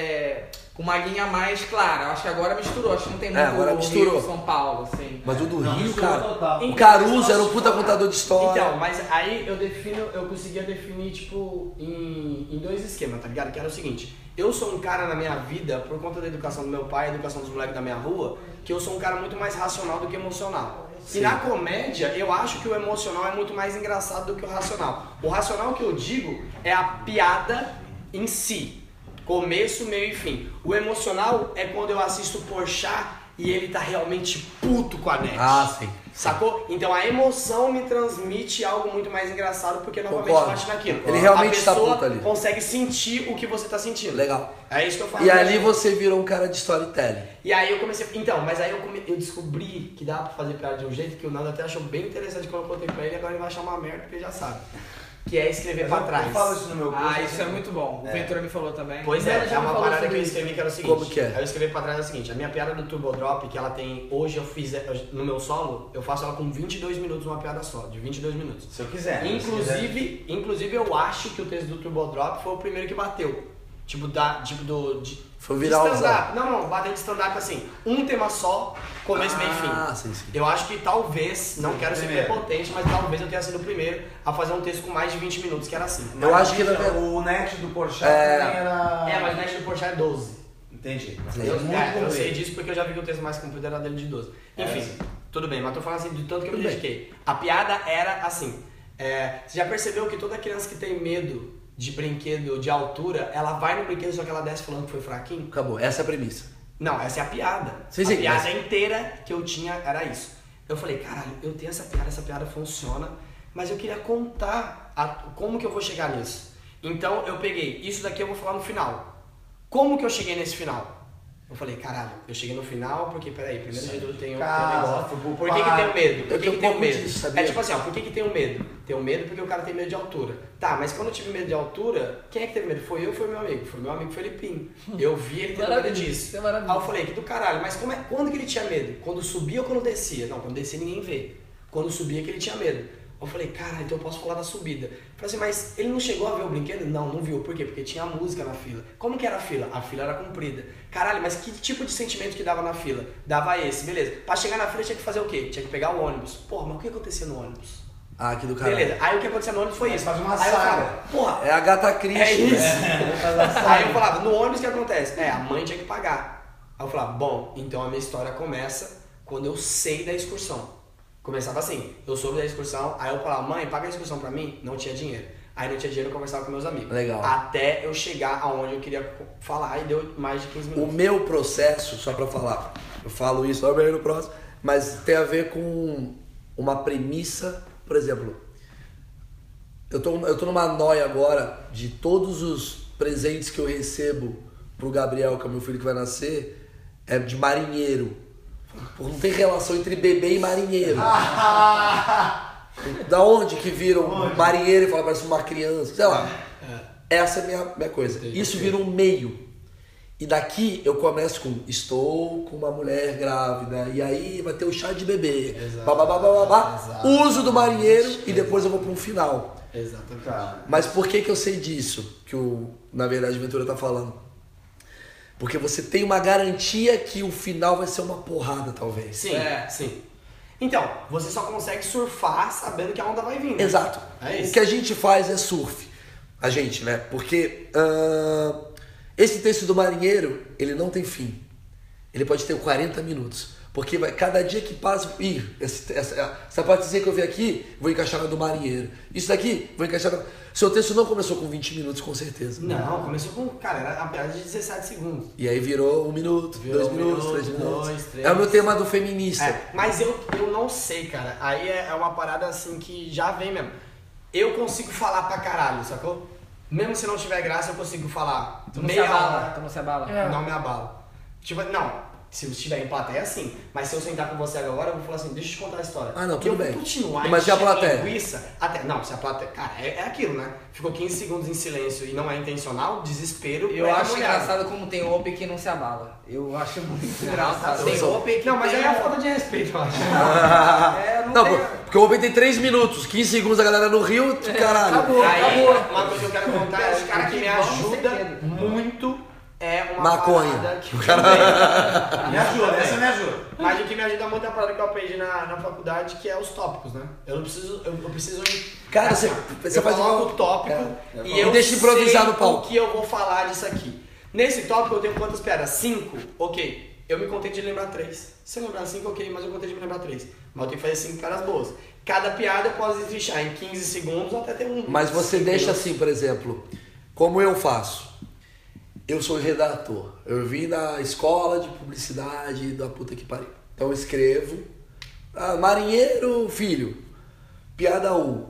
é, com uma linha mais clara. Eu acho que agora misturou, acho que não tem muito
É, agora misturou.
Rio, São Paulo, assim.
Mas o do
Não,
Rio,
misturou
cara,
total.
o
Então,
Caruso
mas
era um
posso
puta
falar?
contador de história.
Então, mas aí eu defino, eu conseguia definir, tipo, em, em dois esquemas, tá ligado? Que era o seguinte, eu sou um cara na minha vida, por conta da educação do meu pai, a educação dos moleques da minha rua, que eu sou um cara muito mais racional do que emocional.
Sim.
E na comédia, eu acho que o emocional é muito mais engraçado do que o racional. O racional que eu digo é a piada em si. Começo, meio e fim. O emocional é quando eu assisto o Porchat e ele tá realmente puto com a net.
Ah, sim.
Sacou? Então a emoção me transmite algo muito mais engraçado porque novamente
Concordo.
bate naquilo.
Ele realmente
a
tá
pessoa
puto ali.
consegue sentir o que você tá sentindo.
Legal.
É isso que eu falo.
E ali você virou um cara de storytelling.
E aí eu comecei. Então, mas aí eu, come... eu descobri que dá pra fazer piada de um jeito que o Nando até achou bem interessante quando eu contei pra ele, agora ele vai achar uma merda porque ele já sabe. Que é escrever
Mas
pra
eu-
trás.
Eu falo isso no meu curso.
Ah, isso é
assim,
muito bom. O
É.
Ventura me falou também.
Pois
Ela
é,
já
é
me
uma
falou
parada que
sobre
eu
isso.
escrevi que era o seguinte.
Como que é?
Aí eu escrevi pra trás é o seguinte, a minha piada do Turbo Drop, que ela tem, hoje eu fiz, no meu solo, eu faço ela com vinte e dois minutos, uma piada só, de vinte e dois minutos.
Se eu quiser. né? Se quiser.
Inclusive, inclusive eu acho que o texto do Turbo Drop foi o primeiro que bateu. Tipo, da, tipo do... De,
Foi
de
viralzão.
stand-up. Não, não, bateu de stand-up assim, um tema só, começo, meio e fim.
Ah, sim, sim.
Eu acho que talvez, não quero ser
Primeiro.
prepotente, mas talvez eu tenha sido o primeiro a fazer um texto com mais de vinte minutos, que era assim.
Eu acho que na
Então,
verdade.
o net do Porchat
É.
também era...
É, mas o Nash do Porchat é doze.
Entendi.
Sim.
Eu,
Muito
é, eu
comprido.
sei disso porque eu já vi que o texto mais comprido era dele de doze.
É,
Enfim,
sim.
tudo bem, mas tô falando assim de tanto que eu me
Tudo bem.
dediquei. A piada era assim, é, você já percebeu que toda criança que tem medo de brinquedo de altura, ela vai no brinquedo só que ela desce falando que foi fraquinho?
Acabou, essa é a premissa.
Não, essa é a piada.
Sim,
a
sim,
piada
mas-
inteira que eu tinha era isso. Eu falei, caralho, eu tenho essa piada, essa piada funciona, mas eu queria contar a- como que eu vou chegar nisso. Então eu peguei, isso daqui eu vou falar no final. Como que eu cheguei nesse final? Eu falei, caralho, eu cheguei no final porque, peraí, primeiro de tudo tem o
Casa,
negócio.
fui pro
Por que, que
parque.
tem o medo?
Eu
Por que,
tenho
que
um
tem o
pouco
medo?
disso, sabia?
É tipo assim, ó, por que, que tem o medo? Tem o medo porque o cara tem medo de altura. Tá, mas quando eu tive medo de altura, quem é que teve medo? Foi eu ou foi meu amigo? Foi meu amigo Felipinho. Eu vi ele tendo medo
Maravilhoso,
disso.
isso é maravilhoso.
Aí eu falei, que do caralho, mas como é, quando que ele tinha medo? Quando subia ou quando descia? Não, quando descia ninguém vê. Quando subia que ele tinha medo. Eu falei, cara, então eu posso falar da subida. Eu falei assim, mas ele não chegou a ver o brinquedo? Não, não viu. Por quê? Porque tinha música na fila. Como que era a fila? A fila era comprida. Caralho, mas que tipo de sentimento que dava na fila? Dava esse, beleza. Pra chegar na fila tinha que fazer o quê? Tinha que pegar o ônibus. Porra, mas o que acontecia no ônibus?
Ah, aqui do cara.
Beleza. Aí o que acontecia no ônibus foi
Mas
isso.
faz uma
Aí eu
saga.
falava, porra,
É a Gata Christie.
é isso.
né?
Aí eu falava, no ônibus o que acontece? É, a mãe tinha que pagar. Aí eu falava, bom, então a minha história começa quando eu sei da excursão. Começava assim, eu soube da excursão, aí eu falava, mãe, paga a excursão pra mim? Não tinha dinheiro. Aí não tinha dinheiro, eu conversava com meus amigos.
Legal.
Até eu chegar aonde eu queria falar e deu mais de quinze
O
minutos.
meu processo, só pra falar, eu falo isso ó, bem no próximo, mas tem a ver com uma premissa, por exemplo, eu tô, eu tô numa noia agora de todos os presentes que eu recebo pro Gabriel, que é o meu filho que vai nascer, é de marinheiro. Pô, não tem relação entre bebê e marinheiro. Da onde que viram um marinheiro e fala parece uma criança, sei lá. Essa é a minha, minha coisa.
Entendi.
Isso vira um meio. E daqui eu começo com estou com uma mulher grávida, e aí vai ter o chá de bebê,
Exato.
babá, babá,
Exato.
uso do marinheiro e depois eu vou para um final.
Exatamente.
Cara,
Mas por que que eu sei disso? Que o, na verdade, o Ventura tá falando. Porque você tem uma garantia que o final vai ser uma porrada, talvez.
Sim,
É.
sim. Então, você só consegue surfar sabendo que a onda vai vir. Né?
Exato.
É isso.
O que a gente faz é surf. A gente, né? Porque uh, esse texto do marinheiro, ele não tem fim. Ele pode ter quarenta minutos. Porque vai, cada dia que passa... Ih, essa, essa, essa partezinha que eu vi aqui, vou encaixar na do marinheiro. Isso daqui, vou encaixar na... Seu texto não começou com vinte minutos, com certeza.
Não, começou com... Cara, era a piada de dezessete segundos.
E aí virou um minuto,
Virou
dois
um
minutos,
minuto,
três minutos.
dois, três.
É o meu tema do feminista.
É, mas eu, eu não sei, cara. Aí é, é uma parada assim que já vem mesmo. Eu consigo falar pra caralho, sacou? Mesmo se não tiver graça, eu consigo falar
Tu não se
meia
abala,
hora.
tu não se abala.
É.
Não me abala. Tipo, não. Se eu estiver em plateia, sim. Mas se eu sentar com você agora, eu vou falar assim, deixa eu te contar a história.
Ah, não,
Porque
tudo
eu
bem.
vou continuar
Mas e a
enchendo
plateia?
linguiça até... Não, se a plateia... Cara, é, é aquilo, né? Ficou quinze segundos em silêncio e não é intencional, desespero.
Eu
é
acho
molhado.
engraçado como tem open que não se abala. Eu acho muito engraçado.
eu
Tem
sou-
open que
Não, mas
tem
aí é a
um-
falta de respeito, eu acho.
É, não,
Não,
tem...
porque o Open tem três minutos, quinze segundos a galera no Rio, caralho.
acabou.
Aí, uma coisa que eu quero contar é
Os
o
caras
cara que
que
me
vão,
ajuda
não sei o quê.
muito é uma
Maconha.
parada que...
me ajuda, essa me ajuda.
Mas o que me ajuda muito é a parada que eu aprendi na, na faculdade, que é os tópicos, né? Eu não preciso... Eu, eu preciso...
Cara,
assim,
você-
ó,
você
eu
faz
coloco
igual-
o tópico
É.
e eu
E deixa improvisar
sei
no palco.
o que eu vou falar disso aqui. Nesse tópico eu tenho quantas piadas? Cinco? Ok. Eu me contei de lembrar três. Se eu lembrar cinco, ok, mas eu contei de me lembrar três. Mas eu tenho que fazer cinco piadas boas. Cada piada eu posso desvichar em quinze segundos ou até ter um...
Mas você
cinco
deixa
minutos.
assim, por exemplo, como eu faço. Eu sou redator. Eu vim da escola de publicidade da puta que pariu. Então eu escrevo. Ah, marinheiro, filho. Piada um.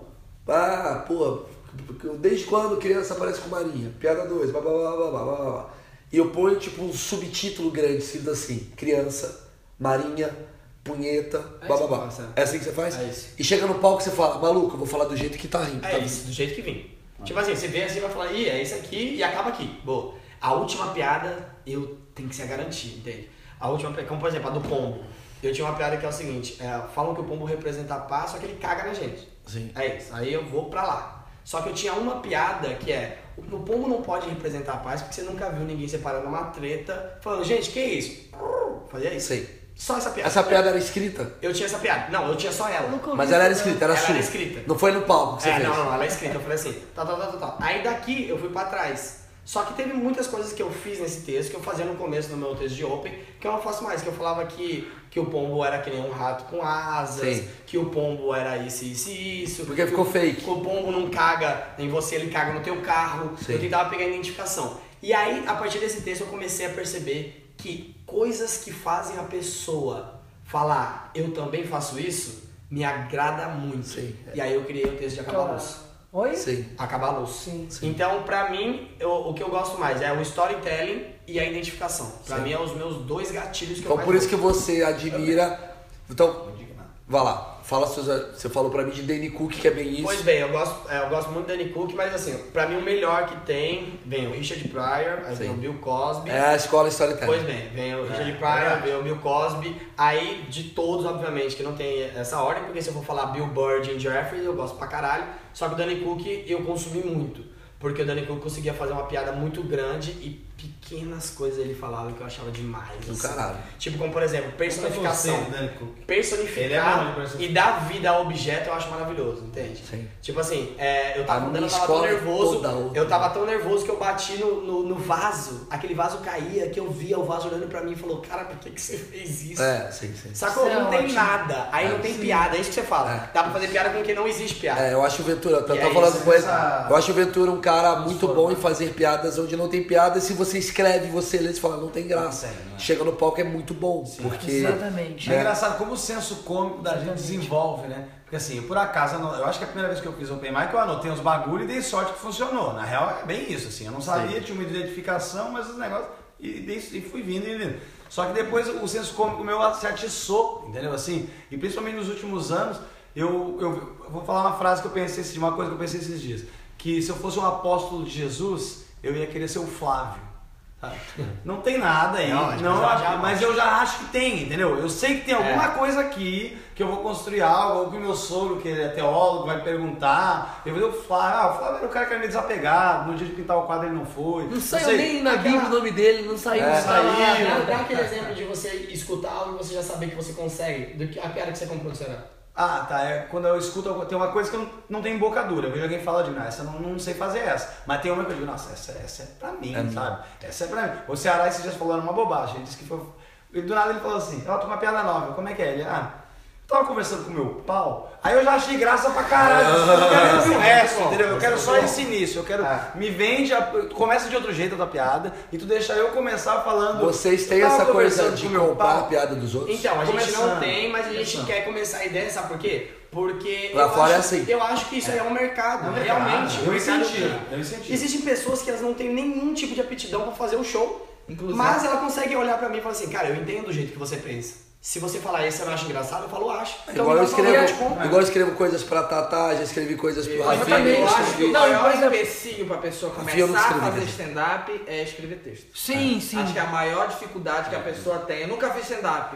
Ah, pô, desde quando criança aparece com marinha? Piada dois. Blá, blá, blá, blá, blá, blá, blá. E eu ponho tipo um subtítulo grande, escrito assim: criança, marinha, punheta,
É
blá blá
isso que
blá.
eu faço,
É assim que você faz?
É isso.
E chega no palco e você fala: maluco, eu vou falar do jeito que tá rindo.
É
tá
isso, do jeito que vim. Tipo assim, você vê assim e vai falar, ih, é esse aqui e acaba aqui. Boa. A última piada, eu tenho que ser a garantia, entende? A última piada, como por exemplo a do pombo. Eu tinha uma piada que é o seguinte, é, falam que o pombo representa a paz, só que ele caga na gente.
Sim.
É isso, aí eu vou pra lá. Só que eu tinha uma piada que é, o, o pombo não pode representar a paz porque você nunca viu ninguém separando uma treta, falando, gente, que isso? Fazia isso.
Sei.
Só essa piada.
Essa piada era escrita?
Eu tinha essa piada. Não, eu tinha só ela.
Mas ela era escrita, era
Ela
sua.
era escrita.
Não foi no palco que você
É,
fez.
não, não, ela é escrita. Eu falei assim, tá, tá, tá, tá, tá. Aí daqui eu fui pra trás. Só que teve muitas coisas que eu fiz nesse texto, que eu fazia no começo do meu texto de Open, que eu não faço mais. Que eu falava que, que o pombo era que nem um rato com asas,
Sim.
que o pombo era isso, isso e isso.
Porque ficou fake.
Que o pombo não caga em você, ele caga no teu carro.
Sim.
Eu tentava pegar a identificação. E aí, a partir desse texto, eu comecei a perceber que coisas que fazem a pessoa falar, eu também faço isso, me agrada muito.
Sim.
E aí eu criei o texto de Acabar a Luz.
Oi?
Sim.
Acabar a luz.
Sim.
Então, pra mim, eu- o que eu gosto mais é o storytelling e a identificação. Pra
Sim.
mim, é os meus dois gatilhos que eu
Então
mais
por isso que
gosto.
você admira. Então, vai lá. Fala suas. Você falou pra mim de Danny Cook, que é bem isso.
Pois bem, eu gosto, é, eu gosto muito do Danny Cook, mas assim, pra mim o melhor que tem, vem o Richard Pryor, aí vem
Sim.
o Bill Cosby.
É a escola storytelling.
Pois bem, vem o Richard Pryor, vem o Bill Cosby. Aí, de todos, obviamente, que não tem essa ordem, porque se eu for falar Bill Burr, Jim Jeffries, eu gosto pra caralho. Só que o Danny Cook eu consumi muito. Porque o Danny Cook conseguia fazer uma piada muito grande e pequenas coisas ele falava que eu achava demais.
Do
assim.
caralho.
Tipo, como por exemplo, personificação.
Você, Danny Cook. Ele é bom
Personificar
de personificar.
e dar vida ao objeto eu acho maravilhoso, entende?
Sim.
Tipo assim, é, eu tava
A
andando,
minha
eu tava tão
escola é
nervoso,
toda outra.
eu tava tão nervoso que eu bati no, no, no vaso, aquele vaso caía, que eu via o vaso olhando pra mim e falou, cara, por que, que você fez isso?
É, sim, sim.
Sacou?
Isso é
Não tem
ótimo.
nada, aí não tem piada, é isso que você fala.
É.
Dá pra fazer piada com quem não existe piada.
É, eu acho o Ventura, eu tô
E é
falando
isso,
com ele.
essa-
Eu acho o Ventura um cara muito bom em fazer piadas onde não tem piada. E se você escreve, você lê, você fala, não tem graça.
Não tem, não é.
Chega no palco é muito bom. Porque.
Exatamente.
É engraçado como o senso cômico da gente desenvolve, né? Porque assim, por acaso, eu não- eu acho que a primeira vez que eu fiz Open Mic, eu anotei uns bagulho e dei sorte que funcionou. Na real, é bem isso, assim. Eu não sabia, tinha uma identificação, mas os negócios... E, dei, e fui vindo e vindo. Só que depois o senso cômico meu se atiçou, entendeu? Assim, e principalmente nos últimos anos, eu, eu, eu vou falar uma frase que eu pensei, de uma coisa que eu pensei esses dias. que se eu fosse um apóstolo de Jesus, eu ia querer ser o Flávio. Tá? Não tem nada aí, não, não, já, já, mas eu já acho que tem, entendeu? Eu sei que tem alguma é. coisa aqui que eu vou construir algo, ou que o meu sogro, que é teólogo, vai perguntar. Eu vou falar, ah, o Flávio era o cara que era meio desapegado, no dia de pintar o quadro ele não foi.
Não saiu nem na Bíblia o nome dele, não saiu.
É,
não
saiu. Dá, dá aquele exemplo de você escutar algo e você já saber que você consegue, do que a piada que você comprou será.
Ah, tá. É, quando eu escuto, tem uma coisa que eu não, não tenho boca dura. Eu vejo alguém falar de mim, essa eu não, não sei fazer essa. Mas tem uma que eu digo, nossa, essa, essa é pra mim, é sabe? Minha. Essa é pra mim. O Ceará esses dias falou uma bobagem. Ele disse que foi. E do nada ele falou assim, ó, oh, tô com uma piada nova. Como é que é? Ele, ah, eu tava conversando com o meu pau, aí eu já achei graça pra caralho. Eu quero ouvir o resto, entendeu? Eu quero só esse início. Eu quero. Ah. Me vende, a, começa de outro jeito a tua piada e tu deixa eu começar falando.
Vocês têm essa coisa de comprar a piada dos outros?
Então, a gente
começando.
não tem, mas a gente começando. quer começar a ideia, sabe por quê? Porque
lá
eu,
fora
acho,
é assim.
eu acho que isso é, é um mercado, é realmente.
Eu incentivo, eu incentivo.
Existem pessoas que elas não têm nenhum tipo de aptidão pra fazer o show, inclusive, mas ela consegue olhar pra mim e falar assim, cara, eu entendo o jeito que você pensa. Se você falar isso, você não acha engraçado? Eu falo, acho.
Então, igual, eu escrevo, falar, igual eu escrevo coisas pra Tatá, já escrevi coisas pro
Rafinha. Eu acho que o maior empecilho pra pessoa começar a fazer stand-up é escrever texto.
Sim,
é.
sim.
Acho que é a maior dificuldade que a pessoa tem. Eu nunca fiz stand-up.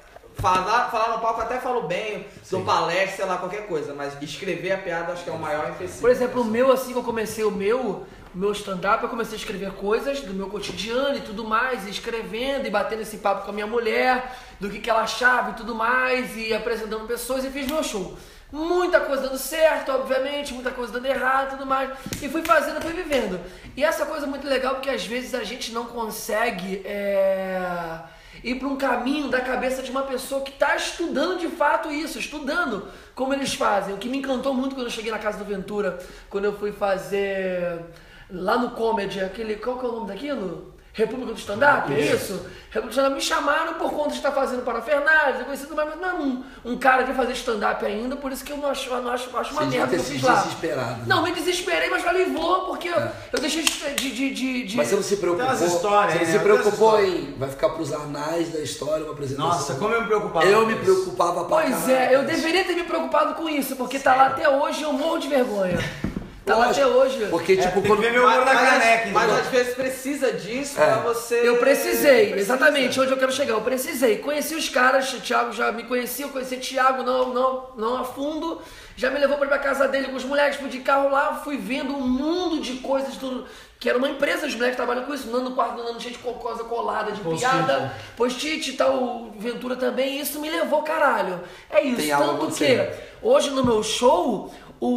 Falar, falar no palco até falo bem, dou palestra, sei lá, qualquer coisa, mas escrever a piada acho que é o maior empecilho.
Por exemplo, o meu, assim que eu comecei o meu, o meu stand-up, eu comecei a escrever coisas do meu cotidiano e tudo mais, e escrevendo e batendo esse papo com a minha mulher, do que, que ela achava e tudo mais, e apresentando pessoas, e fiz meu show. Muita coisa dando certo, obviamente, muita coisa dando errado e tudo mais, e fui fazendo, fui vivendo. E essa coisa é muito legal, porque às vezes a gente não consegue é... ir para um caminho da cabeça de uma pessoa que está estudando de fato isso, estudando como eles fazem. O que me encantou muito quando eu cheguei na casa do Ventura, quando eu fui fazer lá no Comedy, aquele, qual que é o nome daquilo? República do Stand-Up, é isso? República do Stand-Up, me chamaram por conta de estar fazendo parafernália, eu conheci, mas não é um, um cara de fazer stand-up ainda, por isso que eu não acho, eu não acho, acho uma merda que eu fiz lá.
Desesperado.
Não, me desesperei, mas falei, vou, porque é. eu, eu deixei de, de, de, de...
Mas você não se preocupou,
tem umas histórias,
você não
né?
se preocupou em, vai ficar pros anais da história uma apresentação.
Nossa, como eu me preocupava.
Eu me preocupava pra
Pois
caralho,
é, eu deveria ter me preocupado com isso, porque Sério? tá lá até hoje e eu morro de vergonha. Tá lá até hoje.
Porque, tipo,
é,
quando.
Meu mas,
mas,
caneca,
mas às vezes precisa disso
é.
pra você.
Eu precisei,
precisa.
exatamente, onde eu quero chegar. Eu precisei. Conheci os caras, o Thiago já me conhecia, eu conheci o Thiago não, não, não a fundo. Já me levou pra casa dele com os moleques, fui de carro lá, fui vendo um mundo de coisas do. Que era uma empresa, os moleques trabalham com isso, Nando quarto, Nando cheio de coisa colada, de
post-it.
piada, post-it e tal, o Ventura também, e isso me levou, caralho. É isso,
Tem
tanto que hoje no meu show.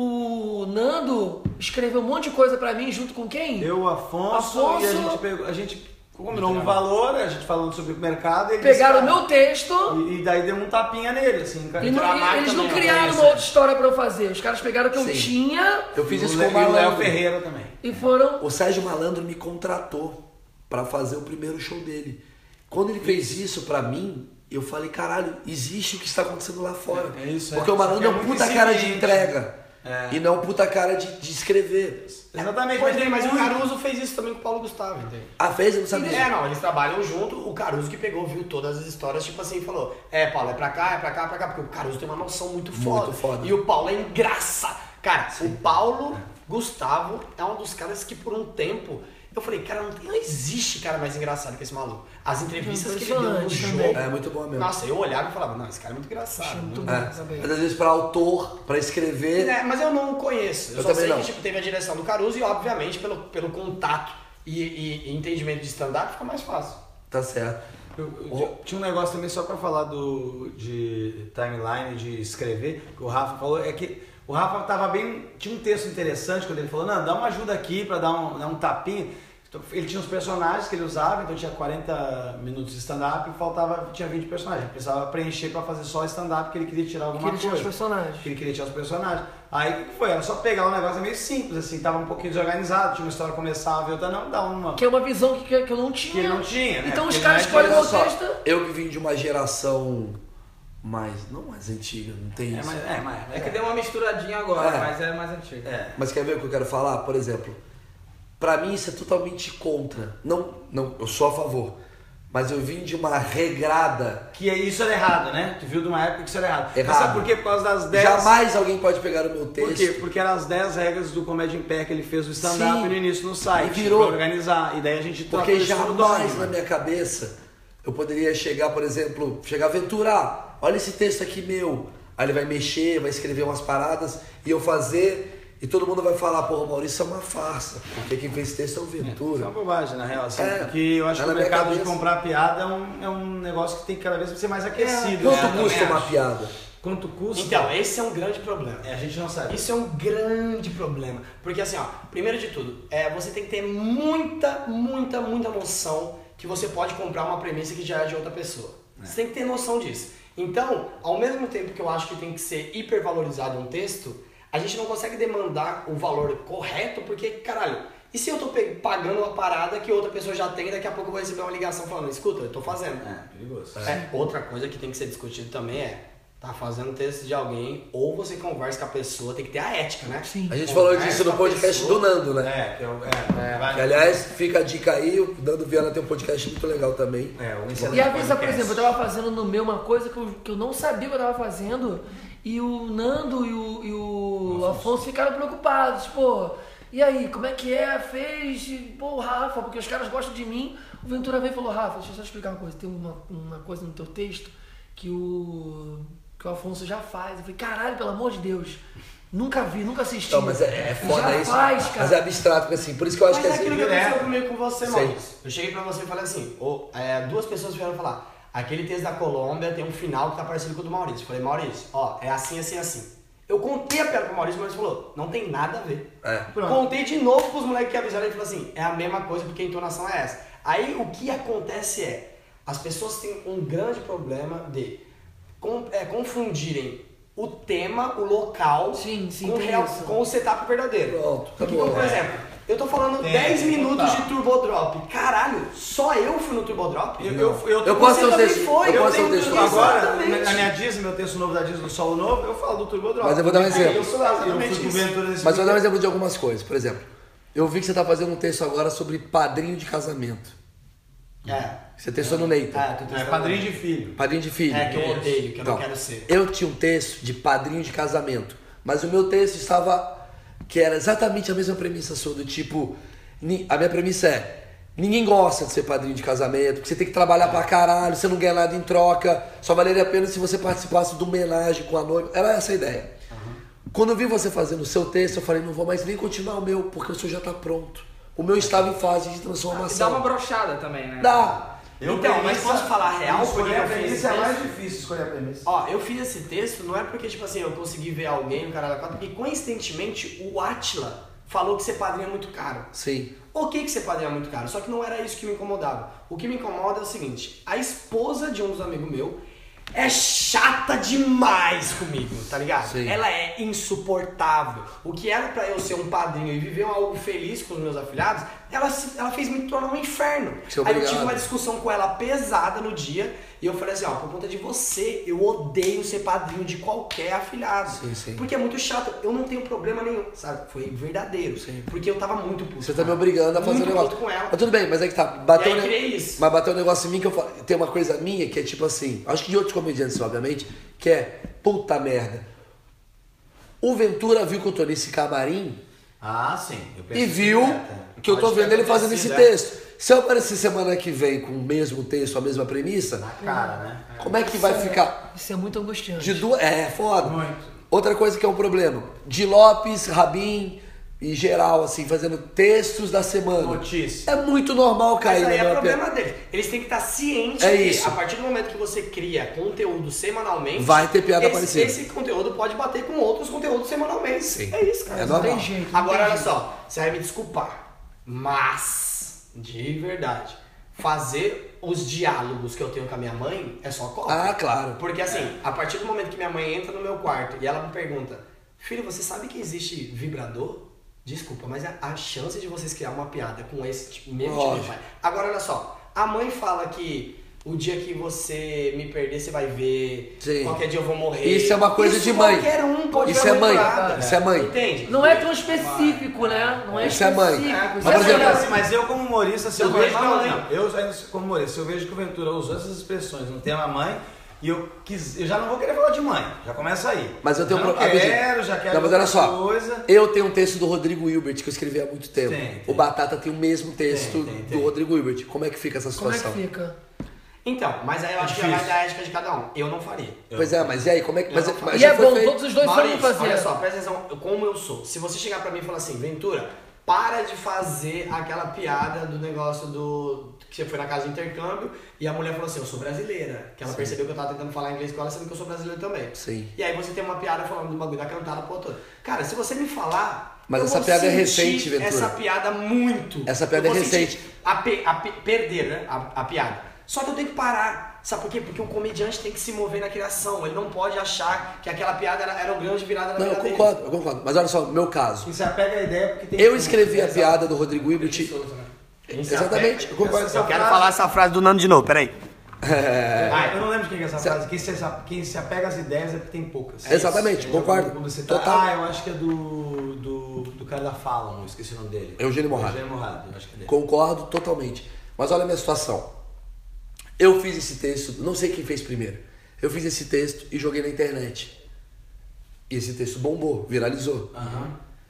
O Nando escreveu um monte de coisa pra mim junto com quem?
Eu, Afonso,
Afonso
e a gente, pegou, a gente combinou um valor, a gente falando sobre o mercado. E
pegaram o meu texto.
E, e daí deu um tapinha nele, assim.
E não, e eles não criaram uma outra história pra eu fazer. Os caras pegaram o que
Sim.
eu tinha.
Eu fiz isso
o
com o Malandro.
Léo Ferreira também.
E foram...
O Sérgio Malandro me contratou pra fazer o primeiro show dele. Quando ele fez isso pra mim, eu falei, caralho, existe o que está acontecendo lá fora.
É, é isso,
Porque
é.
o Malandro é um puta cara de entrega.
É.
E não puta cara de, de escrever.
Exatamente.
Pois bem, mas
muito...
o Caruso fez isso também com o Paulo Gustavo, entende?
Ah, fez? Eu não sabia.
É, não, eles trabalham junto, o Caruso que pegou, viu todas as histórias, tipo assim, falou, é, Paulo, é pra cá, é pra cá, é pra cá, porque o Caruso tem uma noção muito foda.
Muito foda.
E o Paulo é engraçado. Cara, Sim. o Paulo Gustavo é um dos caras que por um tempo... Eu falei, cara, não, tem, não existe cara mais engraçado que esse maluco. As entrevistas que ele deu no jogo...
É muito bom mesmo.
Nossa, eu olhava e falava, não, esse cara é muito engraçado.
Muito
Muito
bom,
é. Mas às vezes pra autor, pra escrever...
É, mas eu não conheço. Eu,
eu
só
também
sei
não.
que tipo, teve a direção do Caruso e, obviamente, pelo, pelo contato e, e, e entendimento de stand-up, fica mais fácil.
Tá certo.
Eu, eu, tinha um negócio também só pra falar do, de timeline, de escrever, que o Rafa falou, é que o Rafa tava bem... Tinha um texto interessante quando ele falou, não, dá uma ajuda aqui pra dar um, dar um tapinha... Ele tinha os personagens que ele usava, então tinha quarenta minutos de stand-up e faltava, tinha vinte personagens. Ele precisava preencher pra fazer só stand-up, porque ele queria tirar alguma
que ele
coisa.
Tinha os personagens.
Que ele queria tirar os personagens. Aí o que foi? Era só pegar um negócio meio simples, assim, tava um pouquinho desorganizado, tinha uma história começava e outra não, dá uma...
Que é uma visão que, que eu não tinha.
Que ele não tinha, né?
Então
porque
os caras
é
escolhem o
só,
texto...
Eu que vim de uma geração mais, não mais antiga, não tem
é,
isso.
Mas, é, mas,
É que deu uma misturadinha agora,
É.
mas é mais antigo.
É.
Mas quer ver o que eu quero falar? Por exemplo, pra mim isso é totalmente contra. Não, não, eu sou a favor. mas eu vim de uma regrada.
Que isso era errado, né? Tu viu de uma época que isso era errado.
Errado.
Mas sabe por quê? Por causa das dez...
Jamais alguém pode pegar o meu texto.
Por quê? Porque eram as dez regras do Comédia em Pé que ele fez o stand-up
Sim.
no início no site.
E virou.
Pra organizar. E daí a gente...
Porque
trocou isso no
jamais
dogma.
na minha cabeça eu poderia chegar, por exemplo, chegar a aventurar. Olha esse texto aqui meu. Aí ele vai mexer, vai escrever umas paradas e eu fazer... E todo mundo vai falar, porra, Maurício é uma farsa. Porque quem fez esse texto é o Ventura.
Isso é uma bobagem, na real. Assim,
É,
porque eu acho
tá
que o
na minha
mercado de
cabeça.
comprar piada é um, é um negócio que tem que cada vez ser mais aquecido.
Quanto
né?
custa
também
uma
acho.
piada?
Quanto custa?
Então, esse é um grande problema.
É, a gente não sabe.
Isso é um grande problema. Porque assim, ó, primeiro de tudo, é, você tem que ter muita, muita, muita noção que você pode comprar uma premissa que já é de outra pessoa.
É.
Você tem que ter noção disso. Então, ao mesmo tempo que eu acho que tem que ser hipervalorizado um texto, a gente não consegue demandar o valor correto, porque, caralho, e se eu tô pe- pagando uma parada que outra pessoa já tem e daqui a pouco eu vou receber uma ligação falando, escuta, eu tô fazendo.
É, perigoso.
É, outra coisa que tem que ser discutido também é, tá fazendo texto de alguém, ou você conversa com a pessoa, tem que ter a ética, né?
Sim.
A gente
Conversa
falou disso no
com a
podcast
pessoa.
do Nando, né?
É, que eu, é, vai-
Que, aliás, fica a dica aí, o Nando Viana tem um podcast muito legal também.
É, um excelente
E às vezes, por
podcast.
exemplo, eu tava fazendo no meu uma coisa que eu, que eu não sabia que eu tava fazendo, e o Nando e o, e o Afonso ficaram preocupados, pô. E aí, como é que é? Fez? Pô, Rafa, porque os caras gostam de mim. O Ventura veio e falou, Rafa, deixa eu só explicar uma coisa. Tem uma, uma coisa no teu texto que o, que o Afonso já faz. Eu falei, caralho, pelo amor de Deus. Nunca vi, nunca assisti.
Então, mas é, é foda
já
isso.
faz, cara.
Mas é abstrato, porque assim, por isso que eu acho
Mas
que
é
assim.
aquilo que aconteceu comigo com você,
Sei.
Maurício. Eu cheguei pra você e falei assim, ô, é, duas pessoas vieram falar, aquele texto da Colômbia tem um final que tá parecido com o do Maurício. Eu falei, Maurício, ó, é assim, assim, assim. Eu contei a piada pro Maurício, o Maurício falou, não tem nada a ver.
É.
Pronto.
Contei de novo pros moleques que avisaram, ele falou assim, é a mesma coisa porque a entonação é essa. Aí o que acontece é, as pessoas têm um grande problema de com- é, confundirem o tema, o local,
Sim, sim,
com, o
tem
real-
isso.
com o setup verdadeiro.
Pronto,
Porque,
acabou.
por exemplo, eu tô falando
Tem,
dez
tem,
minutos
total.
de Turbo Drop. Caralho, só eu fui no Turbo Drop?
Eu, eu, eu,
Eu posso
Você
ter um
também
texto.
foi,
Eu
eu
posso ter um
tenho
texto.
tudo isso.
Agora,
Exatamente.
na minha Disney, meu texto novo da Disney do Solo Novo, eu falo do Turbo Drop.
Mas eu vou dar um exemplo.
Eu, sou lá, eu fui
Exatamente
com o
isso.
Ventura nesse
Mas eu vou dar um
vídeo.
exemplo de algumas coisas. Por exemplo, eu vi que você tá fazendo um texto agora sobre padrinho de casamento.
É.
Você testou no Neita.
Ah, tu
É,
testou
padrinho
também.
de filho.
Padrinho de filho.
É, que eu odeio, que eu não
Então,
quero ser.
Eu tinha um texto de padrinho de casamento, mas o meu texto estava que era exatamente a mesma premissa sua, do tipo, ni- a minha premissa é, ninguém gosta de ser padrinho de casamento, porque você tem que trabalhar pra caralho, você não ganha nada em troca, só valeria a pena se você participasse de uma homenagem com a noiva. Era essa a ideia. Quando eu vi você fazendo o seu texto, eu falei, não vou mais nem continuar o meu, porque o seu já tá pronto. O meu estava em fase de
E dá
transformação.
uma brochada também, né?
Dá.
Eu
Então,
peguei
mas
essa-
posso falar a real? Porque
Escolher
eu
a
fiz esse
premissa é mais
texto?
difícil, escolher a premissa.
Ó, eu fiz esse texto, não é porque, tipo assim, eu consegui ver alguém no Caralho quatro, porque coincidentemente o Atila falou que ser padrinho é muito caro.
Sim.
Ok que ser padrinho é muito caro, só que não era isso que me incomodava. O que me incomoda é o seguinte, a esposa de um dos amigos meus é chata demais comigo, tá ligado?
Sim.
Ela é insuportável. O que era pra eu ser um padrinho e viver algo feliz com os meus afilhados, ela, se- ela fez me tornar um inferno.
Você é
Aí eu
obrigado.
tive uma discussão com ela pesada no dia e eu falei assim, ó, por conta de você, eu odeio ser padrinho de qualquer afilhado.
Sim, sim.
Porque é muito chato, eu não tenho problema nenhum, sabe? Foi verdadeiro,
Sim.
porque eu tava muito puto.
Você
com
tá me
ela.
obrigando a fazer
muito
um negócio.
puto com ela.
Mas tudo bem, mas é que tá. Bateu
E aí
um ne-
criei isso.
Mas bateu um negócio em mim que eu falo. Tem uma coisa minha que é tipo assim, acho que de outros comediantes, obviamente, que é puta merda. O Ventura viu que eu tô nesse camarim
Ah, sim. Eu penso
e viu
direta.
que eu tô
Pode ter
vendo ele fazendo esse
acontecido, é.
texto. Se eu aparecer semana que vem com o mesmo texto, a mesma premissa,
Na cara, né?
como é que vai ficar?
Isso é muito angustiante.
De duas. É, foda.
Muito.
Outra coisa que é um problema. De Lopes, Rabin e geral, assim, fazendo textos da semana.
Notícia.
É muito normal
Mas
cair
aí
na
é
minha
problema
piada.
deles. Eles têm que estar cientes
É
que
isso.
a partir do momento que você cria conteúdo semanalmente,
Vai ter piada
esse,
parecida.
esse conteúdo pode bater com outros conteúdos semanalmente.
Sim.
É isso, cara.
É
Não
normal.
tem jeito. não
Agora,
tem
olha
jeito.
só, você vai me desculpar, mas, de verdade, fazer os diálogos que eu tenho com a minha mãe é só cópia.
Ah, claro.
Porque assim, a partir do momento que minha mãe entra no meu quarto e ela me pergunta, filho, você sabe que existe vibrador? Desculpa, mas a, a chance de vocês criar uma piada com esse tipo, mesmo tipo de
Lógico.
pai. Agora, olha só, a mãe fala que o dia que você me perder, você vai ver.
Sim.
Qualquer dia eu vou morrer.
Isso é uma coisa
Isso
de mãe.
Qualquer um pode
Isso
ver
é
uma
mãe.
entrada.
Isso é mãe.
Entende?
Não é tão específico, né? Não é
Isso é mãe.
específico.
É.
Isso
Mas, por
é
exemplo,
mãe.
Assim, mas eu como humorista, se eu,
Eu
vejo que
vejo
eu,
mãe.
não, eu ainda como humorista, se eu vejo que o Ventura usou essas expressões no tema mãe, e eu quis, eu já não vou querer falar de mãe, já começa aí.
Mas eu tenho
já
um
não
pro- rapidinho.
quero, já quero
Não, mas olha
outra
só.
coisa.
Eu tenho um texto do Rodrigo Hilbert que eu escrevi há muito tempo.
Tem, tem.
O Batata tem o mesmo texto
Tem, tem, tem.
do Rodrigo Hilbert. Como é que fica essa
Como é que
situação?
fica?
Então, mas aí eu acho que
difícil.
vai da ética de cada um. Eu não faria.
Pois é, mas e aí, como é que. Mas,
Eu não
mas
E
já
é
foi
bom,
feito.
todos os dois
Maurício,
sabem fazer.
olha só, presta atenção como eu sou. Se você chegar pra mim e falar assim, Ventura, para de fazer aquela piada do negócio do... que você foi na casa de intercâmbio e a mulher falou assim, eu sou brasileira. Que ela percebeu que eu tava tentando falar inglês com ela, sendo que eu sou brasileiro também.
Sim.
E aí você tem uma piada falando do bagulho da cantada, pô, toda. Cara, se você me falar...
Mas
eu
essa
vou
piada é
sentir
recente, Ventura.
essa piada muito.
Essa piada
Eu vou
é recente.
sentir A, pe- a pe- perder, né? A, a piada. Só que eu tenho que parar. Sabe por quê? Porque o comediante tem que se mover na criação. Ele não pode achar que aquela piada era, era o grande virada na
Não, eu
vida dele.
concordo, eu concordo. Mas olha só, no meu caso.
E se apega à ideia porque tem
Eu
que-
escrevi a
Exato.
piada do Rodrigo Hilbert. Exatamente, eu concordo.
Essa frase-
falar essa frase do Nando de novo, peraí.
Ah, eu não lembro de quem é essa frase. Quem se, quem se apega às ideias é porque tem poucas.
Exatamente,
É,
concordo.
quando você tá-
Total.
Ah, eu acho que é do, do, do cara da Fala, não esqueci o nome dele.
Eugênio Morrado.
Eugênio Morrado, eu acho que é dele.
Concordo totalmente. Mas olha a minha situação. Eu fiz esse texto, não sei quem fez primeiro. Eu fiz esse texto e joguei na internet. E esse texto bombou, viralizou.
Aham.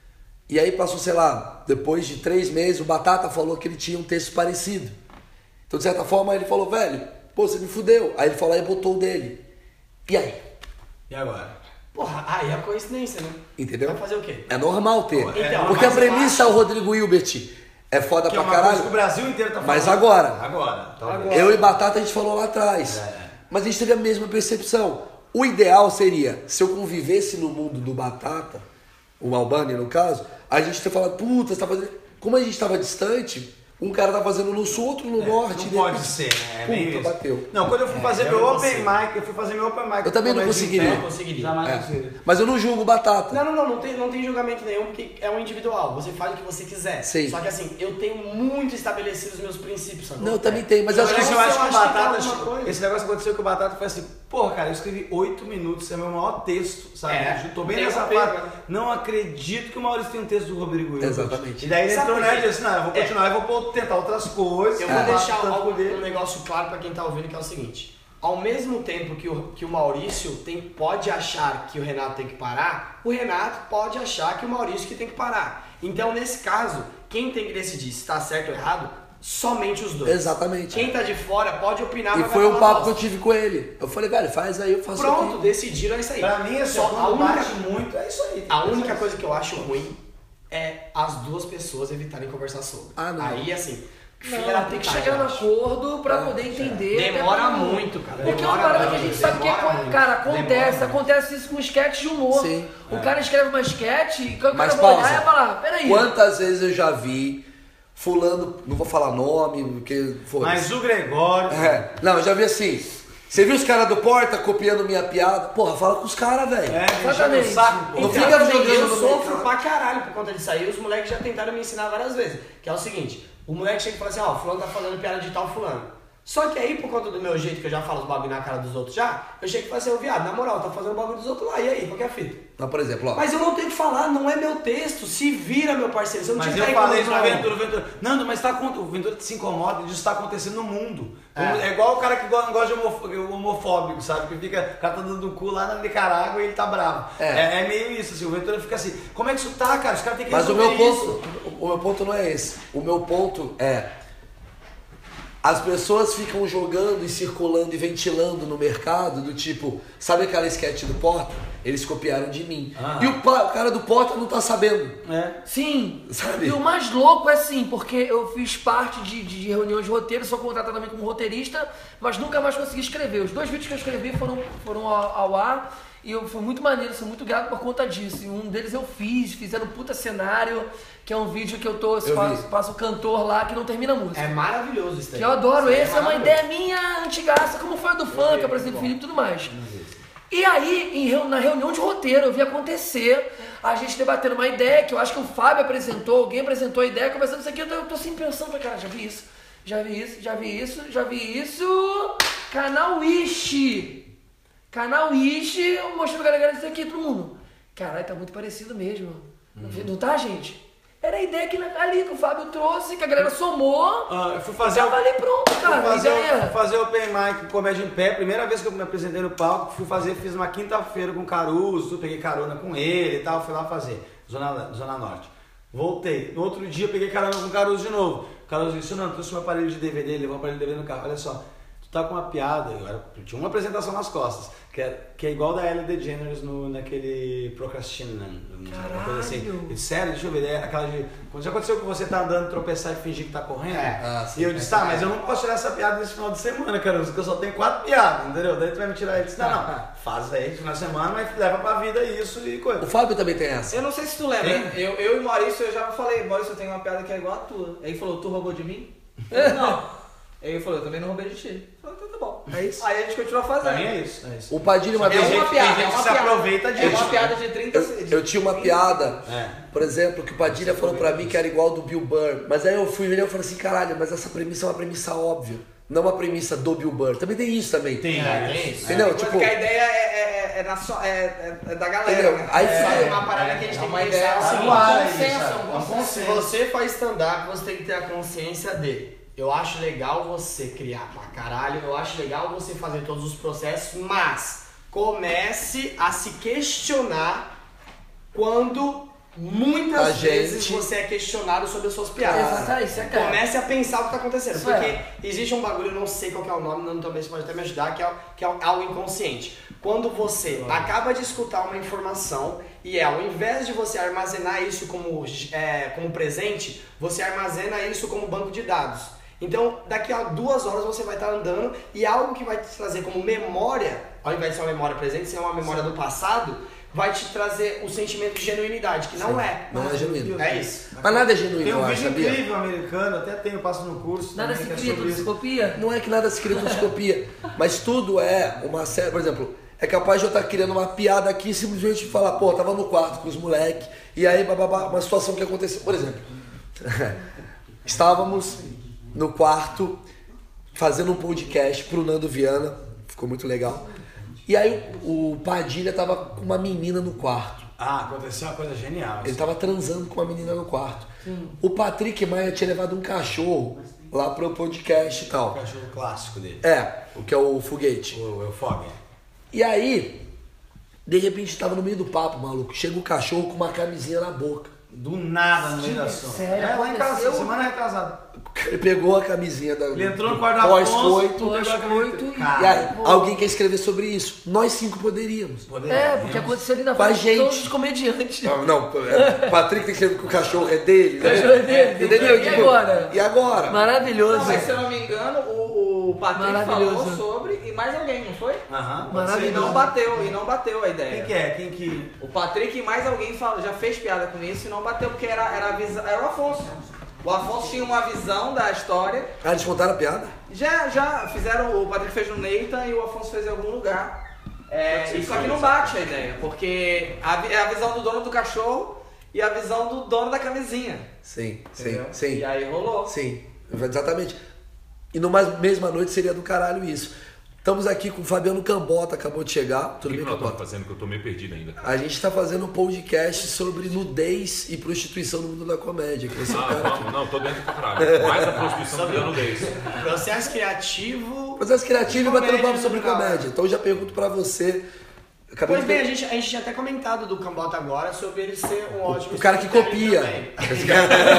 E aí passou, sei lá, depois de três meses, o Batata falou que ele tinha um texto parecido. Então, de certa forma, ele falou, velho, pô, você me fudeu. Aí ele falou aí botou o dele. E aí?
E agora?
Porra, aí é coincidência, né?
Entendeu?
Vai fazer o quê?
É normal ter.
Então,
Porque a
mas eu
premissa
acho-
o Rodrigo Hilbert é foda
Que é
pra
uma coisa que o
caralho.
Brasil inteiro tá falando.
Mas agora.
Agora. talvez.
Agora.
Eu e Batata a gente falou lá atrás.
É.
Mas a gente teve a mesma percepção. O ideal seria, se eu convivesse no mundo do Batata, o Albani no caso, a gente ter falado, puta, você tá fazendo. Como a gente tava distante, um cara tá fazendo no sul, outro no
É,
norte.
não
de
pode
repente,
ser, né? É meio
Puta,
isso.
bateu.
Não, quando eu fui fazer
É,
meu
eu não
open
consigo.
mic, eu fui fazer meu open mic.
Eu também não
Comédia
conseguiria.
interna,
Não conseguiria.
Jamais
É.
conseguiria.
Mas eu não julgo Batata.
Não, não, não, não tem, não tem julgamento nenhum, porque é um individual. Você faz o que você quiser.
Sim.
Só que assim, eu tenho muito estabelecidos os meus princípios, sabe?
Não, eu também tenho, mas eu
Mas
acho que
eu
isso-
acho que o
eu acho que
Batata.
tem alguma coisa.
Esse negócio aconteceu com o Batata foi assim, porra, cara, eu escrevi oito minutos, é meu maior texto, sabe?
É,
Eu tô bem
tem
nessa
uma pena,
parte.
né?
Não acredito que o Maurício tem um texto do Rodrigo Hilbert.
Exatamente.
E daí ele
Sabe
entrou
por
nessa
quê?
e disse, não, eu vou
É.
continuar, eu vou pôr- tentar outras coisas.
Eu
eu
vou
não faço
deixar
tanto
algo,
por dele.
um negócio claro pra quem tá ouvindo, que é o seguinte. Ao mesmo tempo que o, que o Maurício tem, pode achar que o Renato tem que parar, o Renato pode achar que o Maurício que tem que parar. Então, nesse caso, quem tem que decidir se tá certo ou errado, somente os dois.
Exatamente.
Quem tá de fora pode opinar,
E
mas
foi
vai
um
falar
papo que eu
bosta.
tive com ele. Eu falei, velho, faz aí, eu faço
Pronto,
aqui.
decidiram, é isso aí.
Pra mim, assim,
Só,
quando
a única,
bate muito, é isso aí.
a única coisa que eu acho ruim é as duas pessoas evitarem conversar sobre.
Ah, não.
Aí, assim, filha
Não,
da
tem que
putagem,
chegar no
eu acho.
acordo pra poder entender.
Demora
até pra não-
muito, cara.
Porque é uma
Demora
parada que a
muito,
gente sabe que,
demora
é,
muito.
cara, acontece.
Demora muito.
Acontece isso com sketch de humor.
Sim.
O cara escreve uma sketch e o cara
Mas
vai olhar
pausa.
e vai falar, peraí.
Quantas vezes eu já vi fulano, não vou falar nome, porque foda-se.
Mas o Gregório.
É, não, eu já vi assim. Você viu os caras do Porta copiando minha piada? Porra, fala com os caras, velho.
É, enchendo o
Exatamente.
saco.
Não
Então,
fica
assim,
jogando
eu
no
sofro
meio,
pra caralho por conta disso aí. Os moleques já tentaram me ensinar várias vezes. Que é o seguinte, o moleque chega e fala assim, ó, o fulano tá falando piada de tal fulano. Só que aí, por conta do meu jeito, que eu já falo os bagulho na cara dos outros já, eu chego e falo assim, ô viado, na moral, tá fazendo bagulho dos outros lá, e aí, qual que é a fita?
Não, por exemplo, ó.
Mas eu não tenho que falar, não é meu texto, se vira, meu parceiro, você não
Mas
tinha
eu
que
falei isso
pra
pro
mim.
Ventura, o Ventura. Nando, mas tá acontecendo. O Ventura se incomoda disso tá acontecendo no mundo. É,
É.
igual o cara que go- não gosta de homofó- homofóbico, sabe? Que fica, o cara tá dando o cu lá na Nicarágua e ele tá bravo.
É.
É, é meio isso, assim. O Ventura fica assim, como é que isso tá, cara? Os caras têm que
Mas o
resolver
meu
isso.
ponto, o meu ponto não é esse. O meu ponto é as pessoas ficam jogando e circulando e ventilando no mercado do tipo, sabe aquela sketch do Porta? Eles copiaram de mim.
Ah.
E o, pa- o cara do Porta não tá sabendo.
É.
Sim.
Sabe?
E o mais louco é assim, porque eu fiz parte de, de, de reuniões de roteiro, sou contratado também como roteirista, mas nunca mais consegui escrever. Os dois vídeos que eu escrevi foram, foram ao, ao ar e eu fui muito maneiro, sou muito grato por conta disso. E um deles eu fiz, fizeram um puta cenário, que é um vídeo que eu tô,
Eu
faço,
vi.
faço o cantor lá que não termina a música.
É maravilhoso isso daí.
Que eu adoro,
Isso aí
esse é uma
maravilhoso.
ideia minha antigaça, como foi a do funk, eu apresentei o Felipe e tudo mais. E aí, em reu- na reunião de roteiro, eu vi acontecer, a gente debatendo uma ideia que eu acho que o Fábio apresentou, alguém apresentou a ideia, conversando isso aqui, eu tô, eu tô assim pensando, falei, cara, já vi isso. Já vi isso, já vi isso, já vi isso. Canal Wish. Canal Wish, eu mostrei pra galera isso aqui, todo mundo. Caralho, tá muito parecido mesmo. Não, não tá, gente? Era a ideia que ali que o Fábio trouxe, que a galera somou.
Ah, eu fui fazer
Tava
o-
ali pronto, cara.
Fui fazer,
ideia.
fui fazer o Open Mic Comédia em Pé, primeira vez que eu me apresentei no palco, fui fazer, fiz uma quinta-feira com o Caruso, peguei carona com ele e tal, fui lá fazer, Zona, Zona Norte. Voltei, no outro dia peguei carona com o Caruso de novo. O Caruso disse, não, trouxe um aparelho de D V D, levou um aparelho de D V D no carro, olha só, tu tá com uma piada, eu, era, eu tinha uma apresentação nas costas, que é, que é igual da Ellen DeGeneres no, naquele Procrastinando, uma coisa assim.
Caralho.
Eu disse, sério, deixa eu ver, é aquela de, quando já aconteceu que você tá andando, tropeçar e fingir que tá correndo,
É.
Ah, sim.
e eu disse, tá, mas eu não posso tirar essa piada nesse final de semana, cara, porque eu só tenho quatro piadas, entendeu? Daí tu vai me tirar e disse, não, não, faz aí no final de semana, mas leva pra vida isso e
O
coisa.
Fábio também tem essa.
Eu não sei se tu lembra, eu, eu e o Maurício, eu já falei, Maurício, eu tenho uma piada que é igual a tua. Aí ele falou, tu roubou de mim? Eu, não. Aí ele falou, eu também não roubei de ti. Eu falei, então tá bom.
É isso.
Aí a gente continua fazendo.
Pra mim é isso, é isso.
O Padilha uma
É
vez...
uma
gente-
piada,
tem gente
é uma
que se
piada.
aproveita
É
disso.
uma piada de trinta
Eu, eu tinha uma piada,
É.
por exemplo, que o Padilha falou pra mim que era igual do Bill Burr. Mas aí eu fui ver e eu falei assim, caralho, mas essa premissa é uma premissa óbvia. Não uma premissa do Bill Burr. Também tem isso também.
Tem,
É,
né?
tem isso.
Entendeu?
Coisa
Tipo,
que a ideia é, é, é, na so- é, é- é da galera.
Entendeu?
Né?
Aí
É,
fica-
uma parada que a gente
É
tem que
uma
pensar
ideia,
é o
assim,
seguinte,
um ar aí,
consenso,
sabe?
é um
É um
consenso. Se você faz stand-up, você tem que ter a consciência de eu acho legal você criar pra caralho, eu acho legal você fazer todos os processos, mas comece a se questionar quando muitas
A
vezes
gente-
você é questionado sobre as suas piadas.
Exatamente, isso é cara.
Comece a pensar o que tá acontecendo.
Isso
porque
é.
existe um bagulho, eu não sei qual que é o nome, não, talvez você pode até me ajudar, que é, que é algo inconsciente. Quando você acaba de escutar uma informação e é, ao invés de você armazenar isso como, é, como presente, você armazena isso como banco de dados. Então, daqui a duas horas você vai estar andando e algo que vai te trazer como memória, ao invés de ser uma memória presente, ser uma memória do passado, vai te trazer o sentimento de genuinidade, que não
Sim,
é.
não é genuíno.
É isso.
Mas nada é genuíno,
Tem
eu
um
acho,
vídeo
sabia?
incrível americano, até tenho, passo no curso.
Nada
também,
se
que é
cria,
sobre
tudo se
isso.
copia.
Não é que nada se cria, tudo se copia. Mas tudo é uma série, por exemplo, é capaz de eu estar criando uma piada aqui e simplesmente falar, pô, tava no quarto com os moleques, e aí bababá, uma situação que aconteceu. Por exemplo, estávamos no quarto fazendo um podcast pro Nando Viana, ficou muito legal. E aí o, o Padilha tava com uma menina no quarto.
Ah, aconteceu uma coisa genial.
Ele
assim.
tava transando com uma menina no quarto. O Patrick Maia tinha levado um cachorro lá pro podcast e
O
tal.
cachorro clássico dele.
É, o que é o foguete.
O Eufog.
E aí, de repente, tava no meio do papo, maluco. Chega o cachorro com uma camisinha na boca.
Do nada no meio da ação.
Sério?
É, lá em casa,
Aconteceu?
semana retrasada.
Ele pegou a camisinha da
Ele entrou no quarto da
pós-coito.
Pós-coito.
E aí, alguém quer escrever sobre isso. Nós cinco poderíamos.
É, porque aconteceu ali na
Com a
frente de
gente.
todos os comediantes.
Não, não, é, o Patrick tem que escrever que o cachorro é dele. né?
cachorro é dele.
Entendeu?
E
Tipo,
agora?
E agora?
Maravilhoso.
Não, mas se eu não me engano, o, o Patrick
Maravilhoso.
falou sobre e mais alguém, não foi?
Aham.
E
Maravilhoso.
não bateu, e não bateu a ideia.
Quem que é? Quem que...
O Patrick e mais alguém falou, já fez piada com isso e não bateu, porque era, era, a visão, era o Afonso. O Afonso tinha uma visão da história.
Ah, eles contaram a piada?
Já, já fizeram, o Patrick fez no Nathan e o Afonso fez em algum lugar. É, e só que não bate a ideia, porque a, vi- é a visão do dono do cachorro e a visão do dono da camisinha.
Sim, sim,
Entendeu?
sim.
E aí rolou.
Sim, exatamente. E numa mesma noite seria do caralho isso. Estamos aqui com o Fabiano Cambota, acabou de chegar.
O
Tudo
que, que
bem,
nós estamos
Cambota?
fazendo que eu tô meio perdido ainda?
A gente está fazendo um podcast sobre nudez e prostituição no mundo da comédia. Que você é um
Ah,
cara
vamos, não, tô dentro pra caralho. Mais a prostituição que a nudez.
Processo criativo.
processo criativo e batendo
Comédia
papo sobre
no geral.
comédia. Então eu já pergunto pra você. Acabei
Pois
de
bem, a
ver-
gente, a gente tinha até comentado do Cambota agora sobre ele ser um ótimo
o cara que copia.
storyteller também.
Esse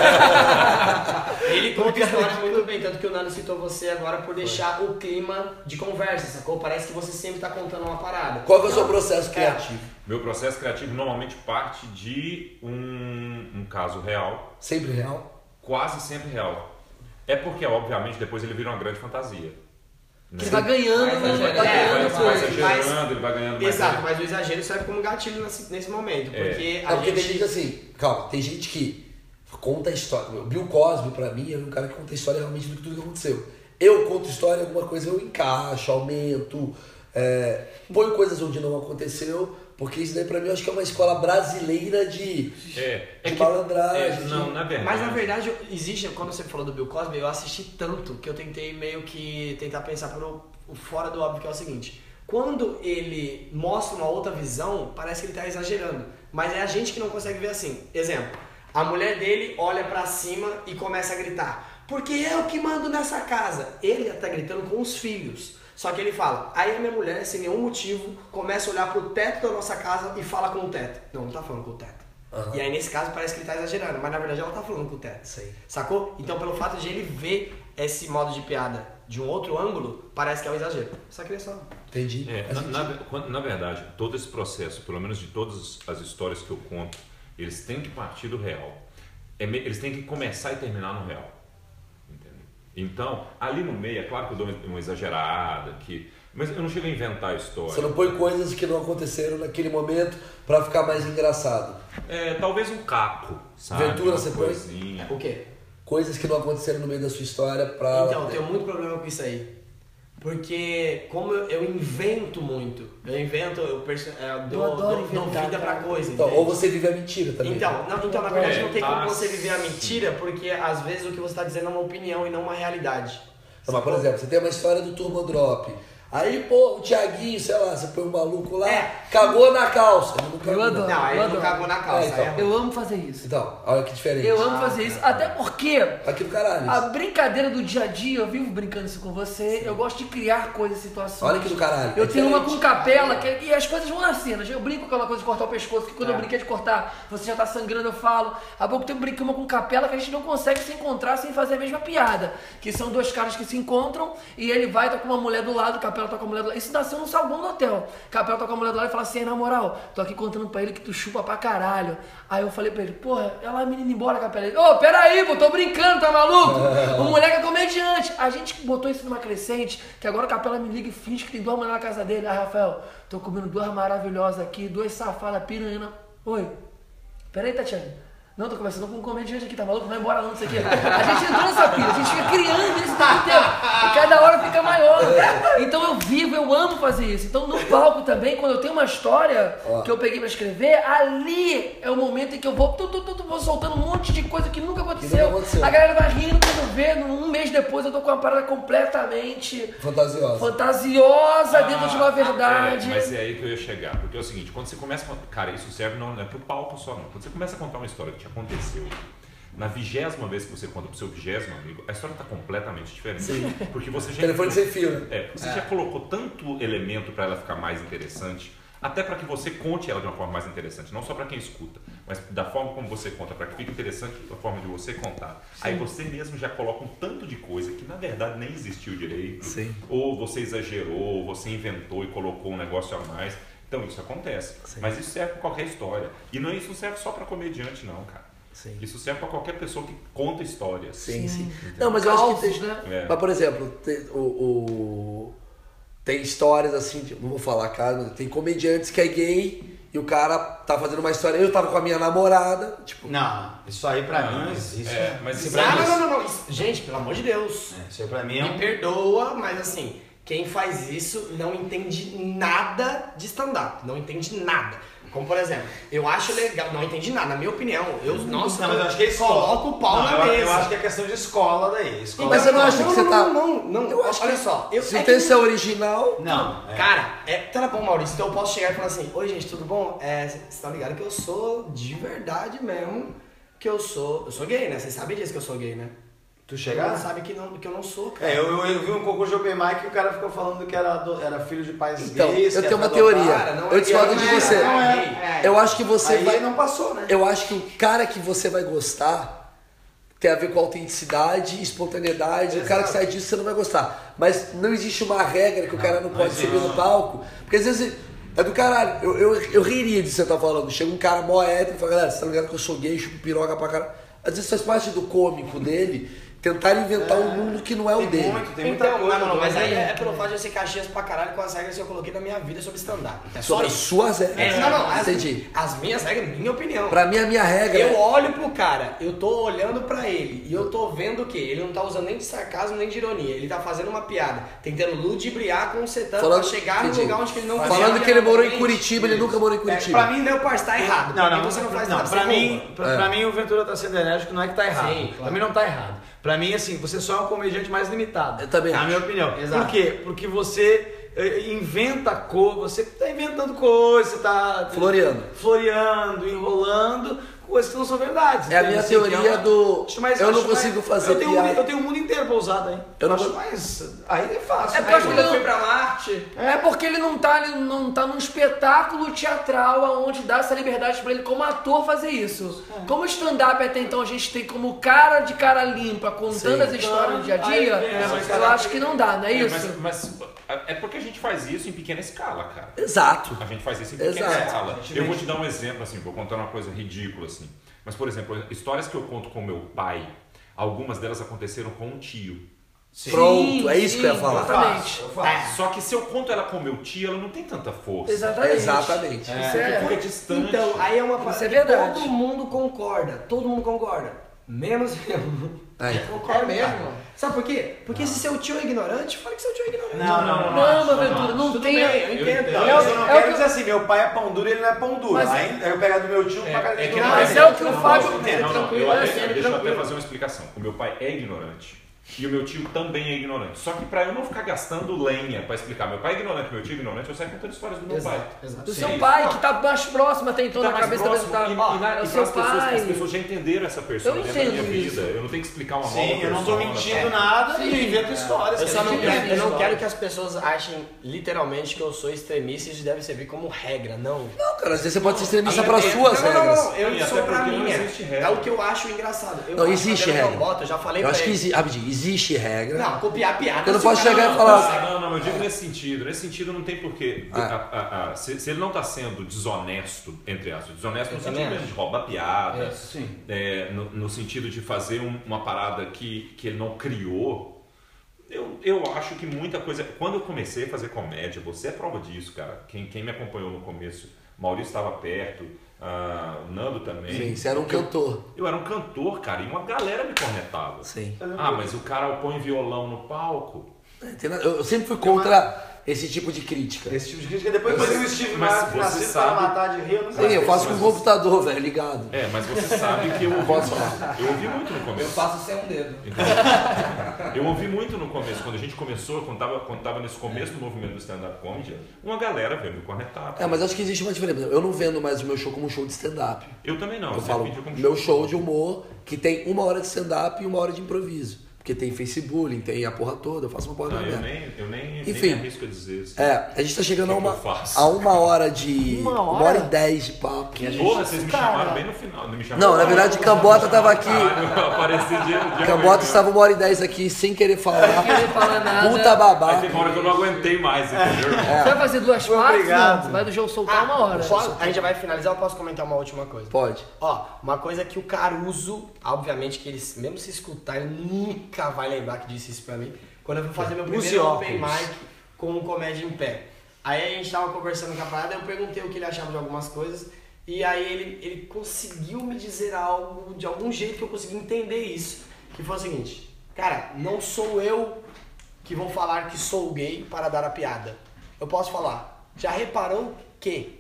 cara-
Ele conta história muito bem, tanto que o Nando citou você agora por deixar o clima de conversa, sacou? Parece que você sempre tá contando uma parada.
Qual que é o seu processo criativo?
Meu processo criativo normalmente parte de um, um caso real,
Sempre real?
quase sempre real. É porque, obviamente, depois ele vira uma grande fantasia. né?
Ele vai ganhando,
Vai
vai
exagerando.
ganhando
É,
Vai,
coisa.
vai
mas-
exagerando, ele vai ganhando mais.
Exato, mas o exagero serve como gatilho nesse, nesse momento,
É.
porque
É
a
porque tem
gente...
gente assim, calma, tem gente que conta a história. O Bill Cosby, pra mim, é um cara que conta a história realmente do que tudo que aconteceu. Eu conto história, alguma coisa eu encaixo, aumento, é, ponho coisas onde não aconteceu, Porque isso daí pra mim eu acho que é uma escola brasileira de,
É, é
de
que-
malandragem.
é, não,
de-
na verdade.
Mas na verdade, existe, quando você falou do Bill Cosby, eu assisti tanto que eu tentei meio que tentar pensar por o, o fora do óbvio, que é o seguinte. Quando ele mostra uma outra visão, parece que ele tá exagerando. Mas é a gente que não consegue ver assim. Exemplo, a mulher dele olha pra cima e começa a gritar: porque eu que mando nessa casa. Ele tá gritando com os filhos. Só que ele fala, aí a minha mulher, sem nenhum motivo, começa a olhar pro teto da nossa casa e fala com o teto. Não, não tá falando com o teto.
Uhum.
E aí nesse caso parece que ele tá exagerando, mas na verdade ela tá falando com o teto.
Sim.
Sacou? Então pelo fato de ele ver esse modo de piada de um outro ângulo, parece que é um exagero. Só queria só...
Entendi.
É,
Faz
na,
sentido.
na, na verdade, todo esse processo, pelo menos de todas as histórias que eu conto, eles têm que partir do real. É, me- eles têm que começar e terminar no real. Entendeu? Então, ali no meio, é claro que eu dou uma exagerada, que, mas eu não chego a inventar a história.
Você não põe coisas que não aconteceram naquele momento pra ficar mais engraçado.
É, talvez um caco, sabe?
Ventura,
Uma
você põe?
coisinha.
O quê?
Coisas que não aconteceram no meio da sua história pra...
Então, eu tenho muito problema com isso aí. Porque como eu, eu invento muito, eu invento, eu, perso- é, eu dou,
adoro
dou, dou
inventar,
vida pra
cara.
coisa.
Então,
entende?
ou você vive a mentira também.
Então, não, então na verdade
É,
não tem como
ah,
você viver a
sim.
mentira, porque às vezes o que você está dizendo é uma opinião e não uma realidade.
Então, mas, por exemplo, você tem uma história do Turbo Drop. Aí, pô, o Thiaguinho, sei lá, você põe um maluco lá,
É.
cagou na calça. Ele não cagou,
Eu adoro.
Não, aí
eu
ele não
adoro.
cagou na calça.
É, então.
aí é
Eu amo fazer isso.
Então, olha que diferente.
Eu amo fazer isso, até porque
Aqui do caralho.
a brincadeira do dia a dia, eu vivo brincando isso com você, eu gosto de criar coisas, situações.
Olha que do caralho.
Eu
É
tenho uma
diferente.
com capela, que, e as coisas vão nascendo. Eu brinco com aquela coisa de cortar o pescoço, que quando
É.
eu brinquei de cortar, você já tá sangrando, eu falo. Há pouco tempo eu brinquei uma com capela que a gente não consegue se encontrar sem fazer a mesma piada. Que são dois caras que se encontram e ele vai, tá com uma mulher do lado, capela tá com a mulher do lado. Isso nasceu no saguão do hotel. Capela tá com a mulher do lado e fala assim, na moral, tô aqui contando pra ele que tu chupa pra caralho. Aí eu falei pra ele, porra, ela a menina embora, capela. Ele, ô, peraí, pô, tô brincando, tá maluco? O moleque é comediante. A gente botou isso numa crescente, que agora o capela me liga e finge que tem duas mulheres na casa dele. Aí, Rafael, tô comendo duas maravilhosas aqui, duas safadas piranha. Oi, peraí, Tatiana. Não, tô conversando com um comediante aqui, tá maluco? Vai embora não, não sei o quê. A gente entrou nessa pilha, a gente fica criando isso o tempo inteiro. E cada hora fica maior. Então eu vivo, eu amo fazer isso. Então no palco também, quando eu tenho uma história
Ó.
que eu peguei pra escrever, ali é o momento em que eu vou, tu, tu, tu, tu, vou soltando um monte de coisa que nunca aconteceu.
nunca aconteceu.
A galera vai rindo quando vê, um mês depois eu tô com uma parada completamente
Fantasiosa.
fantasiosa dentro de uma
Ah,
verdade.
é, mas é aí que eu ia chegar. Porque é o seguinte, quando você começa a contar. Cara, isso serve não é pro palco só, não. Quando você começa a contar uma história que te aconteceu, na vigésima vez que você conta pro seu vigésimo amigo, a história tá completamente diferente.
Sim.
Porque você já.
Telefone sem fio, né?
É, porque você já colocou tanto elemento para ela ficar mais interessante, até para que você conte ela de uma forma mais interessante, não só para quem escuta, mas da forma como você conta, para que fique interessante a forma de você contar. Aí você mesmo já coloca um tanto de coisa que na verdade nem existiu direito,
Sim.
ou você exagerou, ou você inventou e colocou um negócio a mais. Então isso acontece.
Sim.
Mas isso serve para qualquer história. E não, isso não serve só para comediante, não, cara.
Sim.
Isso serve para qualquer pessoa que conta histórias.
Sim, sim. Não, mas eu acho que
Causos,
tem...
né?
É.
Mas, por exemplo, tem, o, o- tem histórias assim, tipo, não vou falar, cara, mas tem comediantes que é gay e o cara tá fazendo uma história. Eu tava com a minha namorada, tipo...
Não, isso aí pra
Não,
mim não
mas-
existe.
é, mas
Isso
isso
pra
Ah,
mim-
não, não, não, não. Isso- gente, pelo amor de Deus.
É, isso aí pra mim é
Me
um...
perdoa, mas assim, quem faz isso não entende nada de stand-up. Não entende nada. Como por exemplo, eu acho legal, não entendi nada, na minha opinião. Eu, nossa,
Não, mas eu acho que é escola.
coloco o pau
Não,
na
eu,
mesa.
eu acho que é questão de escola daí. Escola
Mas você não acha que
não,
você
não,
tá-
Não, não, não.
Eu acho
Olha
que-
só. Eu,
Se
é
o
que-
texto é original...
Não, é.
Cara, é, tá bom, Maurício, então eu posso chegar e falar assim, oi gente, tudo bom? É, vocês estão ligados que eu sou de verdade mesmo, que eu sou. Eu sou gay, né? Vocês sabem disso que eu sou gay, né?
Tu
Todo
chegar?
mundo sabe que, não, que eu não sou, cara.
É, eu, eu, eu vi um concurso de Open Mic que o cara ficou falando que era, do- era filho de pais
Então,
gays.
eu
que
tenho
era
uma teoria.
adotado.
Cara, não
Eu
é-
discordo
não
de
é-
você.
não é-
Eu acho que você
Aí
vai...
não passou, né?
Eu acho que o cara que você vai gostar tem a ver com autenticidade, espontaneidade. O cara que sai disso você não vai gostar. Mas não existe uma regra que o cara não,
não
pode
existe.
subir no palco. Porque às vezes é do caralho. Eu, eu, eu riria de você estar falando. Chega um cara mó hétero e fala, galera, você tá ligado que eu sou gay, chupo piroca pra caralho. Às vezes faz parte do cômico dele tentaram inventar um mundo que não é o
Tem
dele.
muito, tem muita
Então,
coisa.
não, não, mas
doida
aí é pelo fato de eu ser caxias pra caralho com as regras que eu coloquei na minha vida sobre stand-up. É só
Sobre as
isso.
suas regras.
É, não, não, as,
Entendi.
as minhas regras, minha opinião.
Pra mim, a minha regra
Eu
é...
olho pro cara, eu tô olhando pra ele e eu tô vendo o quê? Ele não tá usando nem de sarcasmo nem de ironia. Ele tá fazendo uma piada, tentando ludibriar com o setup
Falando-
pra chegar
entendi.
no lugar onde ele não
Falando
quer,
que ele morou em
realmente.
Curitiba, ele nunca morou em
É,
Curitiba.
pra mim, meu parceiro tá errado.
Não,
Pra
não,
mim, você não faz
não,
nada.
pra
você
mim,
rouba.
pra,
É.
pra mim o Ventura tá sendo enérgico, não é que tá errado.
Sim, claro.
Pra mim não tá errado. Pra mim, assim, você só é um comediante mais limitado.
Eu também
É a
acho.
minha opinião.
Exato.
Por quê? Porque você eh, inventa cor, você tá inventando coisa, você tá...
Floreando.
Floreando, enrolando, coisas que não são verdades.
É a
entende?
minha
Assim, que
teoria
uma-
do-
Acho mais-
eu não
acho
consigo
mais-
fazer
eu tenho,
piada.
um- eu tenho o mundo inteiro pousado aí.
Eu não
acho
vou-
mais... Aí é fácil.
É
né?
porque
Quando eu fui pra Marte,
É porque ele não tá, ele não tá num espetáculo teatral onde dá essa liberdade pra ele como ator fazer isso. Como stand-up até então a gente tem como cara de cara limpa, contando
Sim.
as histórias do dia a dia,
É, mas
eu acho que não dá, não é
É,
isso?
mas, mas é porque a gente faz isso em pequena escala, cara.
Exato.
A gente faz isso em pequena
Exato.
escala. Eu vou te dar um exemplo, assim, vou contar uma coisa ridícula, assim. Mas, por exemplo, histórias que eu conto com meu pai, algumas delas aconteceram com um tio.
Pronto, é isso que eu ia
sim,
falar.
Exatamente.
Eu faço.
Só que se eu conto ela com meu tio, ela não tem tanta força.
Exatamente.
Exatamente.
Isso
Porque
é.
fica distante.
então, aí é uma
Isso
parada
é
que
verdade.
todo mundo concorda. Todo mundo concorda. Menos eu.
Aí.
Concordo,
É mesmo?
cara. Sabe por quê? Porque se seu tio é ignorante, fala que seu tio é ignorante.
Não, não, não.
Não, meu Ventura, não
Tudo
tem.
bem, eu entendo.
eu-
Eu,
É o-
só não
é o
quero
que-
dizer assim, meu pai é pão duro e ele não é pão duro.
Mas-
Aí eu pego do meu tio pra cara
é
de
que
não,
não,
Mas é o que o
não,
Fábio.
não, não, não,
tranquilo,
eu
é
até-
assim,
deixa eu até
tranquilo.
fazer uma explicação. O meu pai é ignorante. E o meu tio também é ignorante. Só que pra eu não ficar gastando lenha pra explicar meu pai é ignorante, meu tio é ignorante, eu saio contando histórias do meu pai.
Exato.
Do
Sim.
seu pai, que tá mais próximo até então
Tá
na
mais
cabeça
próximo,
da
e, e,
ó,
na-
é o
e
seu
as, pessoas,
pai.
as pessoas já entenderam essa persona
Eu
dentro da minha
entendo
vida.
isso.
Eu não tenho que explicar uma
Sim,
nova
eu não tô
persona.
mentindo nada e eu invento histórias.
Eu
que
só
a
não
gente
quero,
inventa
eu não
histórias.
quero que as pessoas achem literalmente que eu sou extremista e isso deve servir como regra, não.
Não, cara, às vezes você pode ser extremista
Eu
para
entendo.
suas
não, não,
regras.
não, eu
Sim,
sou
até
pra
porque não
minha.
existe regra.
É o que eu acho engraçado. Eu
Não,
acho
existe
que a
regra.
eu boto, eu já falei
Eu
pra
acho que
ele.
existe, rapidinho, existe regra.
Não, copiar a piada.
Eu não
se o
posso
cara
chegar e
não
falar-
consegue.
Não, não, eu digo nesse sentido. Nesse sentido não tem porquê.
Ah.
A- a- a- se, se ele não está sendo desonesto, entre aspas, desonesto no
Eu
sentido
também
mesmo de roubar piada,
É,
sim.
é, no, no sentido de fazer um- uma parada que, que ele não criou, eu, eu acho que muita coisa. Quando eu comecei a fazer comédia, você é prova disso, cara. Quem, quem me acompanhou no começo, Maurício estava perto, ah, o Nando também.
Sim, você era um cantor.
Eu era um cantor, cara, e uma galera me cornetava.
Sim.
Ah, mas o cara põe violão no palco.
Tem nada- Eu eu sempre fui contra esse tipo de crítica.
Esse tipo de crítica, depois
Mas-
que o Steve
mas
Martin
você
nasceu
sabe-
pra matar de rir, eu não sei.
Sim, eu faço com
mas
o computador, velho, ligado.
É, mas você sabe que eu ouvi,
Posso falar?
eu ouvi muito no começo.
Eu faço sem um dedo.
Entendeu? Eu ouvi muito no começo, quando a gente começou, quando tava, quando tava nesse começo do movimento do stand-up comedy, uma galera veio me cornetar.
É, mas acho que existe uma diferença. Eu não vendo mais o meu show como um show de stand-up.
Eu também não,
Eu
sempre
falo
vendi como
meu show de humor, que tem uma hora de stand-up e uma hora de improviso. Porque tem Facebook, tem a porra toda, eu faço uma porra
Não,
da
eu
merda.
nem, eu nem,
Enfim.
nem me arrisco a dizer isso.
É, a gente tá chegando a
O que
uma,
eu faço?
a uma hora de.
Uma hora?
Uma hora e dez de papo.
Porra, vocês me
Cara.
chamaram bem no final. Não, me chamaram
Não, na verdade, Cambota tava aqui.
Caralho, eu apareci de, de
Cambota estava uma hora e dez aqui sem querer falar.
Não querer falar nada.
Puta
Aí
babaca.
teve uma hora que eu não aguentei mais, entendeu?
É.
Você vai fazer duas partes?
Obrigado.
Não, vai do jogo soltar uma hora.
Posso- a gente já vai finalizar, eu posso comentar uma última coisa?
Pode.
Ó, uma coisa que o Caruso, obviamente que ele, mesmo se escutar, ele nunca vai lembrar que disse isso pra mim. Quando eu fui fazer meu
Use
primeiro open
óculos.
mic com o Comédia em Pé. Aí a gente tava conversando com a parada, eu perguntei o que ele achava de algumas coisas. E aí ele, ele conseguiu me dizer algo, de algum jeito que eu consegui entender isso. Que foi o seguinte, cara, não sou eu que vou falar que sou gay para dar a piada. Eu posso falar, já reparou que...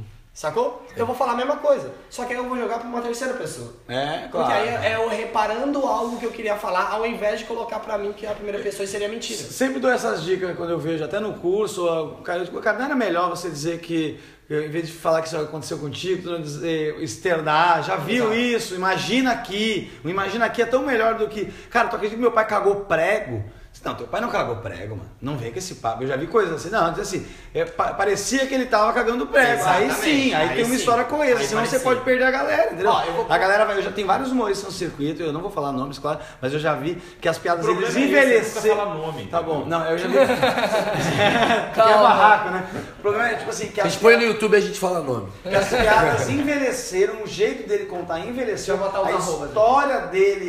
Sacou? Eu vou falar a mesma coisa, só que aí eu vou jogar pra uma terceira pessoa.
É,
Porque aí é eu reparando algo que eu queria falar, ao invés de colocar pra mim que a primeira pessoa seria mentira.
Sempre dou essas dicas quando eu vejo, até no curso, o cara, eu digo, cara, não era melhor você dizer que, em vez de falar que isso aconteceu contigo, tu dizer, externar, já viu
Exato.
isso, imagina aqui, o imagina aqui é tão melhor do que, cara, tu acredita que meu pai cagou prego? Não, teu pai não cagou prego, mano. Não vem com esse papo. Eu já vi coisas assim. Não, diz assim, é, pa- parecia que ele tava cagando prego. Aí
Exatamente.
sim, aí,
Aí
tem uma
sim.
história coesa.
Aí
Senão você
parecia.
pode perder a galera, entendeu?
Ó, eu vou-
A galera vai. Eu já tenho vários humoristas no circuito, eu não vou falar nomes, claro, mas eu já vi que as piadas
O problema
eles
é esse,
envelheceram.
você nunca fala nome,
Tá
entendeu?
bom, não, eu já vi. que é
Calma.
barraco, né? O problema é tipo assim, que
A
as,
gente põe no YouTube e a gente fala nome.
que as piadas envelheceram, o jeito dele contar envelheceu,
Deixa eu botar os
a
arrobas.
história dele,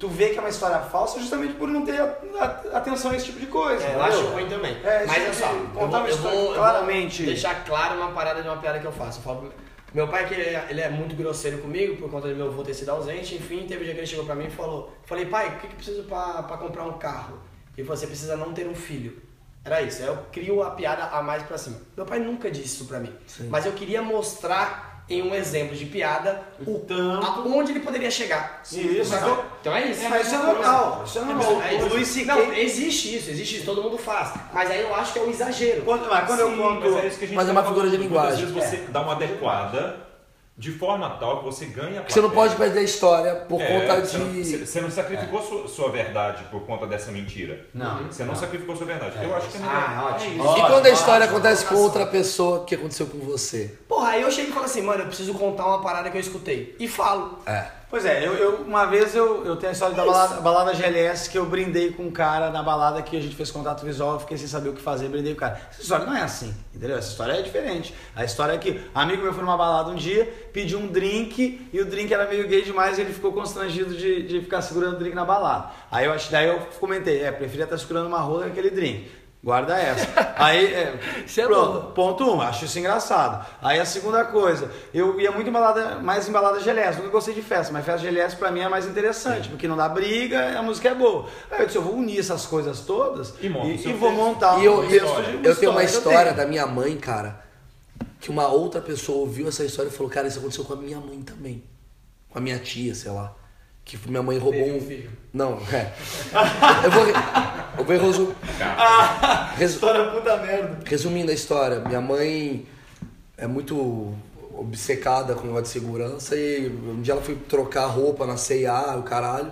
tu vê que é uma história falsa justamente por não ter a- a- atenção a esse tipo de coisa.
É, eu
entendeu?
acho ruim também.
É,
Mas
tipo
olha só,
de
eu
contar
vou,
uma
eu
história
vou- eu
claramente.
vou deixar claro uma parada de uma piada que eu faço. Eu falo, meu pai, que ele é, ele é muito grosseiro comigo, por conta do meu avô ter sido ausente, enfim, teve um dia que ele chegou pra mim e falou, falei, pai, o que que preciso pra, pra comprar um carro? Ele falou, você precisa não ter um filho. Era isso, aí eu crio a piada a mais pra cima. Meu pai nunca disse isso pra mim, mas eu queria mostrar em um exemplo de piada o
Tanto-
aonde ele poderia chegar.
Isso,
Mas eu- então é isso.
É, mas isso é normal, isso é normal.
É isso.
O Luiz C K
Não, existe isso, existe isso, todo mundo faz. Mas aí eu acho que é o exagero.
Quando, mas quando eu
Sim,
conto.
mas é isso que a gente
Mas é
tá
uma figura de
falando. Muitas
linguagem.
vezes você dá uma adequada de forma tal que você ganha a
Porque você não
plateia.
pode perder a história por
É,
conta
você não-
de...
Você você não sacrificou sua, sua verdade por conta dessa mentira.
Não.
Você não, sacrificou sua verdade. Eu acho que é melhor.
Ah, ótimo.
É
E
isso.
Ótimo,
quando a história
ótimo,
acontece com
ótimo.
outra pessoa que aconteceu com você?
Porra, aí eu chego e falo assim, mano, eu preciso contar uma parada que eu escutei. E falo.
É.
Pois é, eu, eu- uma vez eu, eu tenho a história da balada, balada G L S que eu brindei com um cara na balada que a gente fez contato visual, eu fiquei sem saber o que fazer, brindei com o cara. Essa história não é assim, entendeu? Essa história é diferente. A história é que um amigo meu foi numa balada um dia, pediu um drink e o drink era meio gay demais e ele ficou constrangido de, de ficar segurando o drink na balada. Aí eu, ach- daí eu comentei, é, preferia estar segurando uma rola que aquele drink. Guarda essa. Aí, é,
Isso é
pronto,
bom.
ponto um, acho isso engraçado. Aí a segunda coisa, eu ia muito embalada, mais embalada G L S, nunca gostei de festa, mas festa G L S pra mim é mais interessante, porque não dá briga, a música é boa. Aí eu disse, eu vou unir essas coisas todas
E monta o
e,
seu
e vou
texto.
montar
E eu,
um
eu,
texto de
eu tenho uma
que eu
história
tenho.
da minha mãe, cara, que uma outra pessoa ouviu essa história e falou, cara, isso aconteceu com a minha mãe também. Com a minha tia, sei lá. Que minha mãe roubou
Teve
um...
um filho.
Não, é. Eu vou... Eu vou resumir...
História puta merda.
Resumindo a história, minha mãe é muito obcecada com o negócio de segurança e um dia ela foi trocar roupa na C e A, o caralho,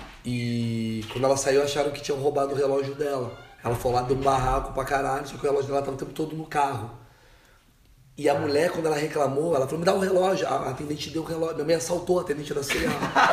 e quando ela saiu acharam que tinham roubado o relógio dela. Ela foi lá, deu um barraco pra caralho, só que o relógio dela tava o tempo todo no carro. E a mulher, quando ela reclamou, ela falou, me dá o relógio. A atendente deu o relógio. Minha mãe assaltou a atendente da C e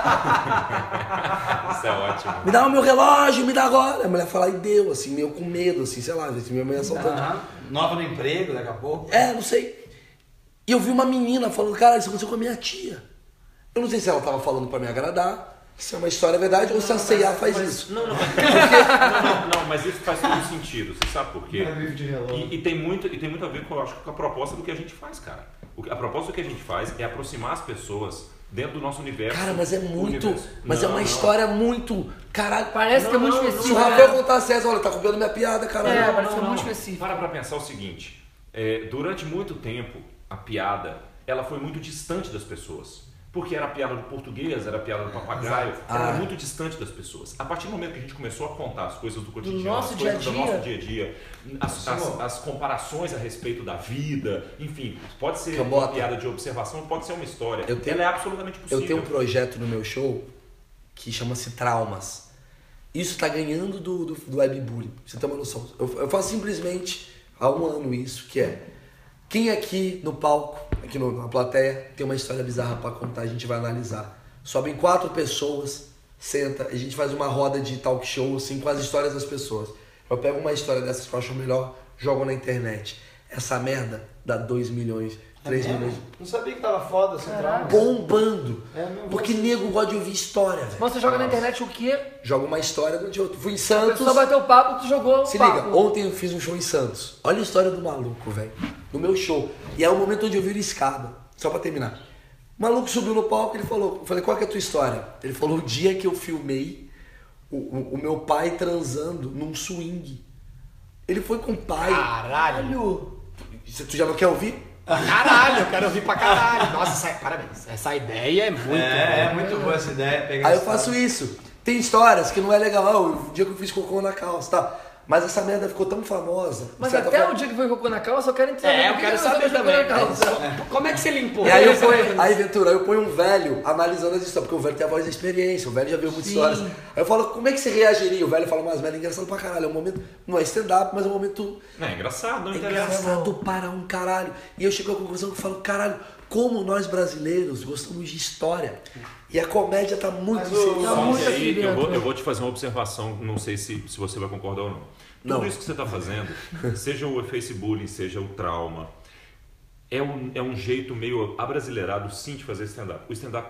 A.
Isso é ótimo.
Me dá o meu relógio, me dá agora. A mulher falou e deu, assim, meio com medo, assim, sei lá, minha mãe assaltando.
Aham. Nova no emprego, daqui a pouco.
É, não sei. E eu vi uma menina falando, cara, isso aconteceu com a minha tia. Eu não sei se ela tava falando pra me agradar, se é uma história verdade, ou se a C e A faz isso.
Não, não, mas, não, não, não, mas isso faz todo sentido. Você sabe por quê?
É livro de relógio.
E, e tem muito, e tem muito a ver com, eu acho, com a proposta do que a gente faz, cara. O que- a proposta do que a gente faz é aproximar as pessoas dentro do nosso universo.
Cara, mas é muito.
universo.
Mas é
Não,
uma
não.
história muito. Caralho,
Parece que é muito
Não, não,
se o
específico.
Rafael
né?
contasse essa, olha, tá copiando minha piada, caralho.
É,
Não,
parece
não,
muito
não.
específico.
Para pra pensar o seguinte: é, durante muito tempo, a piada ela foi muito distante das pessoas. Porque era a piada do português, era a piada do papagaio, ela
Ah.
era muito distante das pessoas. A partir do momento que a gente começou a contar as coisas do cotidiano,
nosso
as coisas
dia a
do
dia.
nosso dia a dia, as, as- as comparações a respeito da vida, enfim, pode ser uma
Cambota.
piada de observação, pode ser uma história.
Eu tenho-
ela é absolutamente possível.
Eu tenho um projeto no meu show que chama-se Traumas. Isso tá ganhando do, do, do webbullying, pra você ter uma noção. Eu, eu faço simplesmente há um ano isso, que é... Quem aqui no palco, aqui no- na plateia, tem uma história bizarra pra contar, a gente vai analisar. Sobem quatro pessoas, senta, a gente faz uma roda de talk show, assim, com as histórias das pessoas. Eu pego uma história dessas que eu acho melhor, jogo na internet. Essa merda dá dois milhões, três milhões.
Não sabia que tava foda esse trauma.
Bombando.
É, meu
Porque nego gosta de ouvir história, velho.
Mas você joga na internet o quê?
Joga uma história do de outro. Fui em
A
Santos.
pessoa bateu o papo, tu jogou o
Se
papo.
liga, ontem eu fiz um show em Santos. Olha a história do maluco, velho. No meu show. E é o momento onde eu viro escada. Só pra terminar. O maluco subiu no palco e ele falou, eu falei, qual que é a tua história? Ele falou, o dia que eu filmei o, o, o meu pai transando num swing. Ele foi com o pai.
Caralho.
Você- Tu já não quer ouvir?
Caralho, eu quero ouvir pra caralho. Nossa, essa- parabéns. Essa ideia é muito.
É, é muito boa essa ideia. Pegar
Aí eu
essa-
faço isso. Tem histórias que não é legal. Ah, o dia que eu fiz cocô na calça, tá? Mas essa merda ficou tão famosa. de
Mas
certa
até
forma.
o dia que foi cocô na calça, eu quero entender.
É, eu
por que
quero
que
saber
você jogou
também.
na calça?
Como é que você limpou?
E aí eu ponho, aí Ventura, eu ponho um velho analisando as histórias, porque o velho tem a voz da experiência, o velho já viu muitas
Sim.
histórias. Aí eu falo, como é que você reagiria? O velho fala umas merda engraçado pra caralho. É um momento, não é stand-up, mas é um momento
É engraçado, não
é
interessa.
engraçado para um caralho. E eu chego à conclusão que eu falo, caralho, como nós brasileiros gostamos de história. E a comédia tá muito
Mas o-
inserida.
Tá
Só
muito
que
aqui
aí eu
dentro,
vou,
né?
eu vou te fazer uma observação, não sei se, se você vai concordar ou não. Tudo
Não.
isso que você está fazendo, seja o Facebook, seja o trauma, é um, é um jeito meio abrasileirado sim de fazer stand-up. O stand-up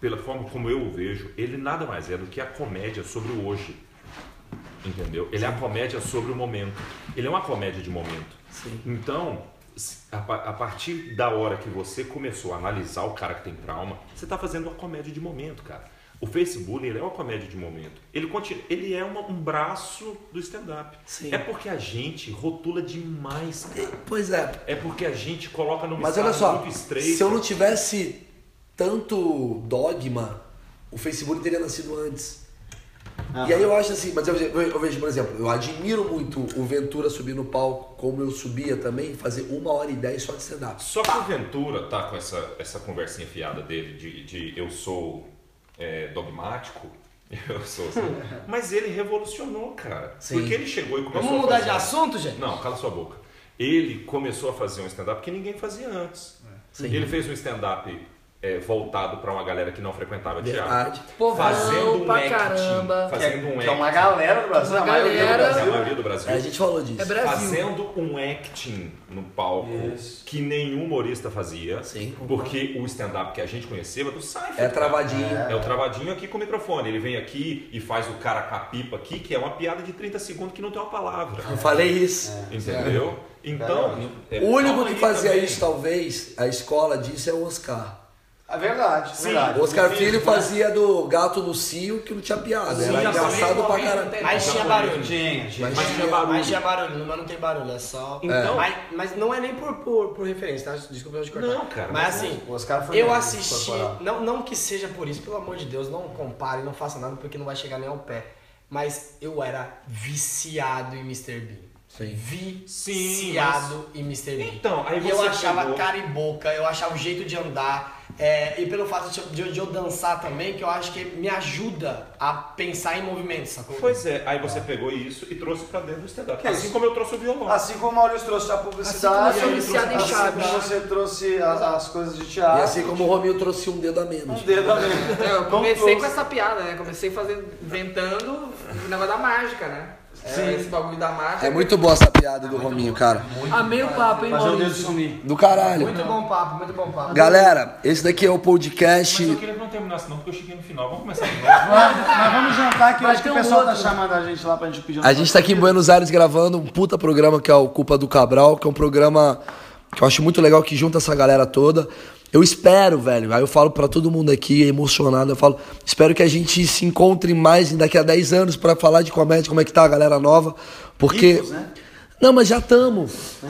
pela forma como eu o vejo, ele nada mais é do que a comédia sobre o hoje. Entendeu? Ele Sim. é a comédia sobre o momento. Ele é uma comédia de momento.
Sim.
Então, a, a partir da hora que você começou a analisar o cara que tem trauma, você está fazendo uma comédia de momento, cara. O Facebook, ele é uma comédia de momento. Ele, continua, ele é uma, um braço do stand-up.
Sim.
É porque a gente rotula demais, cara.
Pois é.
É porque a gente coloca numa
Mas olha só,
muito estreita.
se eu não tivesse tanto dogma, o Facebook teria nascido antes. Ah. E aí eu acho assim, mas eu, eu, eu vejo, por exemplo, eu admiro muito o Ventura subir no palco, como eu subia também, fazer uma hora e dez só de stand-up.
Só que o Ventura tá com essa, essa conversinha fiada dele de, de eu sou é, dogmático, eu sou assim. Mas ele revolucionou, cara.
Sim.
Porque ele chegou e começou
Vamos
a
mudar
fazer...
de assunto, gente?
Não, cala sua boca. Ele começou a fazer um stand-up que ninguém fazia antes.
Sim.
Ele fez um stand-up é, voltado para uma galera que não frequentava
Verdade.
teatro.
Povão
fazendo um
pra
acting,
caramba.
fazendo um
Que é uma
acting.
galera do Brasil,
Uma
a maioria do
galera.
É a
Brasil.
maioria do Brasil.
É, a gente falou disso.
É Brasil.
Fazendo um acting no palco
Isso.
que nenhum humorista fazia.
Sim.
Porque o stand-up que a gente conhecia era do Seinfeld.
É
cara.
travadinho.
É o travadinho aqui com o microfone. Ele vem aqui e faz o cara com a pipa aqui, que é uma piada de trinta segundos que não tem uma palavra.
Eu falei isso.
Entendeu? Então... é,
O único
calma
que
aí
fazia
também.
isso, talvez, a escola disso é o Oscar.
É verdade,
Sim.
verdade.
O Oscar
No
Filho
físico, né?
fazia do gato no cio que não tinha piada.
Sim,
Era
já
engraçado
falei,
pra caramba.
não tem-
Mas tinha
Já
barulho.
Tinha, tinha.
Mas
Mas
tinha
tinha barulho.
Mas tinha barulho, no meu não tem barulho, é só.
Então-
Mas, mas não é nem por, por, por referência, tá? Desculpa eu te cortar.
Não, cara,
Mas
mas
assim,
O Oscar foi
eu
mesmo,
assisti.
corporal.
Não, não que seja por isso, pelo amor de Deus, não compare, não faça nada porque não vai chegar nem ao pé. Mas eu era viciado em mister Bean.
Sim.
Viciado em mister Bean.
Então, aí
E eu
você
achava
pegou-
cara e boca, eu achava o jeito de andar. é, e pelo fato de, de- de eu dançar também, que eu acho que me ajuda a pensar em movimentos, sacou?
Pois é, aí você pegou isso e trouxe pra dentro do stand-up.
Que
Assim
isso?
como eu trouxe o violão.
Assim como o Maurício trouxe a publicidade,
Assim como eu sou viciado em
assim
Chaves.
como você trouxe as, as coisas de
E
teatro.
assim como o Romil trouxe um dedo a menos.
Um dedo a menos.
É, eu
Como
comecei com
trouxe.
essa piada, né? Comecei fazendo, inventando o negócio da mágica, né? É, esse bagulho da mágica.
É muito boa essa piada do Rominho, cara.
Amei o papo, hein,
Fazer o dedo
Maurício?
sumir.
Do caralho.
Muito bom papo, muito bom papo.
Galera, esse daqui é o podcast.
Mas eu queria que não terminasse não, porque eu cheguei no final. Vamos começar de novo.
Mas, mas vamos jantar que eu
Vai
acho que
ter
o
um
pessoal tá
outro.
chamando a gente lá pra gente pedir um
A gente tá aqui em Buenos Aires gravando um puta programa que é o Culpa do Cabral, que é um programa que eu acho muito legal, que junta essa galera toda. Eu espero, velho, aí eu falo pra todo mundo aqui, emocionado, eu falo, espero que a gente se encontre mais daqui a dez anos pra falar de comédia, como é que tá a galera nova, porque...
Ricos, né?
Não, mas já estamos.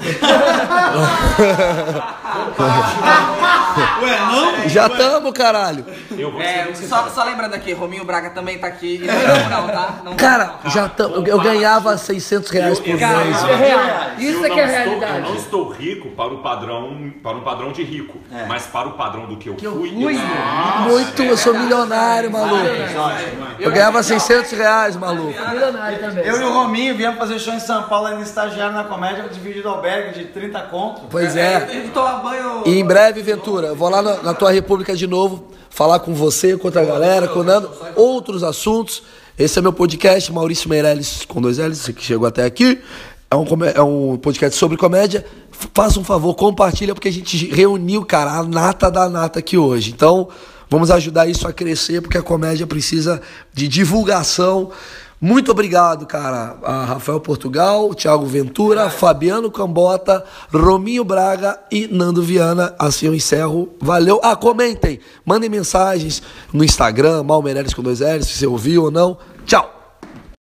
Ué, não?
Já estamos, caralho.
Eu vou
É, só, só lembrando aqui, Rominho Braga também tá aqui. E não é moral, tá? Não
Cara, já estamos. Eu, eu ganhava seiscentos reais por
Cara,
mês.
isso é real.
Eu
Isso é
não
que é a
estou-
realidade.
Eu não estou rico para o padrão, para o padrão de rico, mas para o padrão do que eu
eu
fui.
fui,
eu-
Muito, eu sou milionário, maluco. Eu ganhava seiscentos reais, maluco.
Milionário também.
Eu e o Rominho viemos fazer show em São Paulo, ainda estagiário na comédia, dividido albergue de trinta conto.
Pois é.
Ele toma banho.
E em breve, Ventura, eu vou lá na, na tua república de novo, falar com você, com outra galera, com o Nando, outros assuntos. Esse é meu podcast, Maurício Meirelles, com dois L's, você que chegou até aqui. É um, comé- é um podcast sobre comédia. F- Faça um favor, compartilha, porque a gente reuniu, cara, a nata da nata aqui hoje. Então, vamos ajudar isso a crescer, porque a comédia precisa de divulgação. Muito obrigado, cara, a Rafael Portugal, Thiago Ventura, Fabiano Cambota, Rominho Braga e Nando Viana. Assim eu encerro. Valeu. Ah, comentem, mandem mensagens no Instagram, Mal Meirelles com dois L's, se você ouviu ou não. Tchau.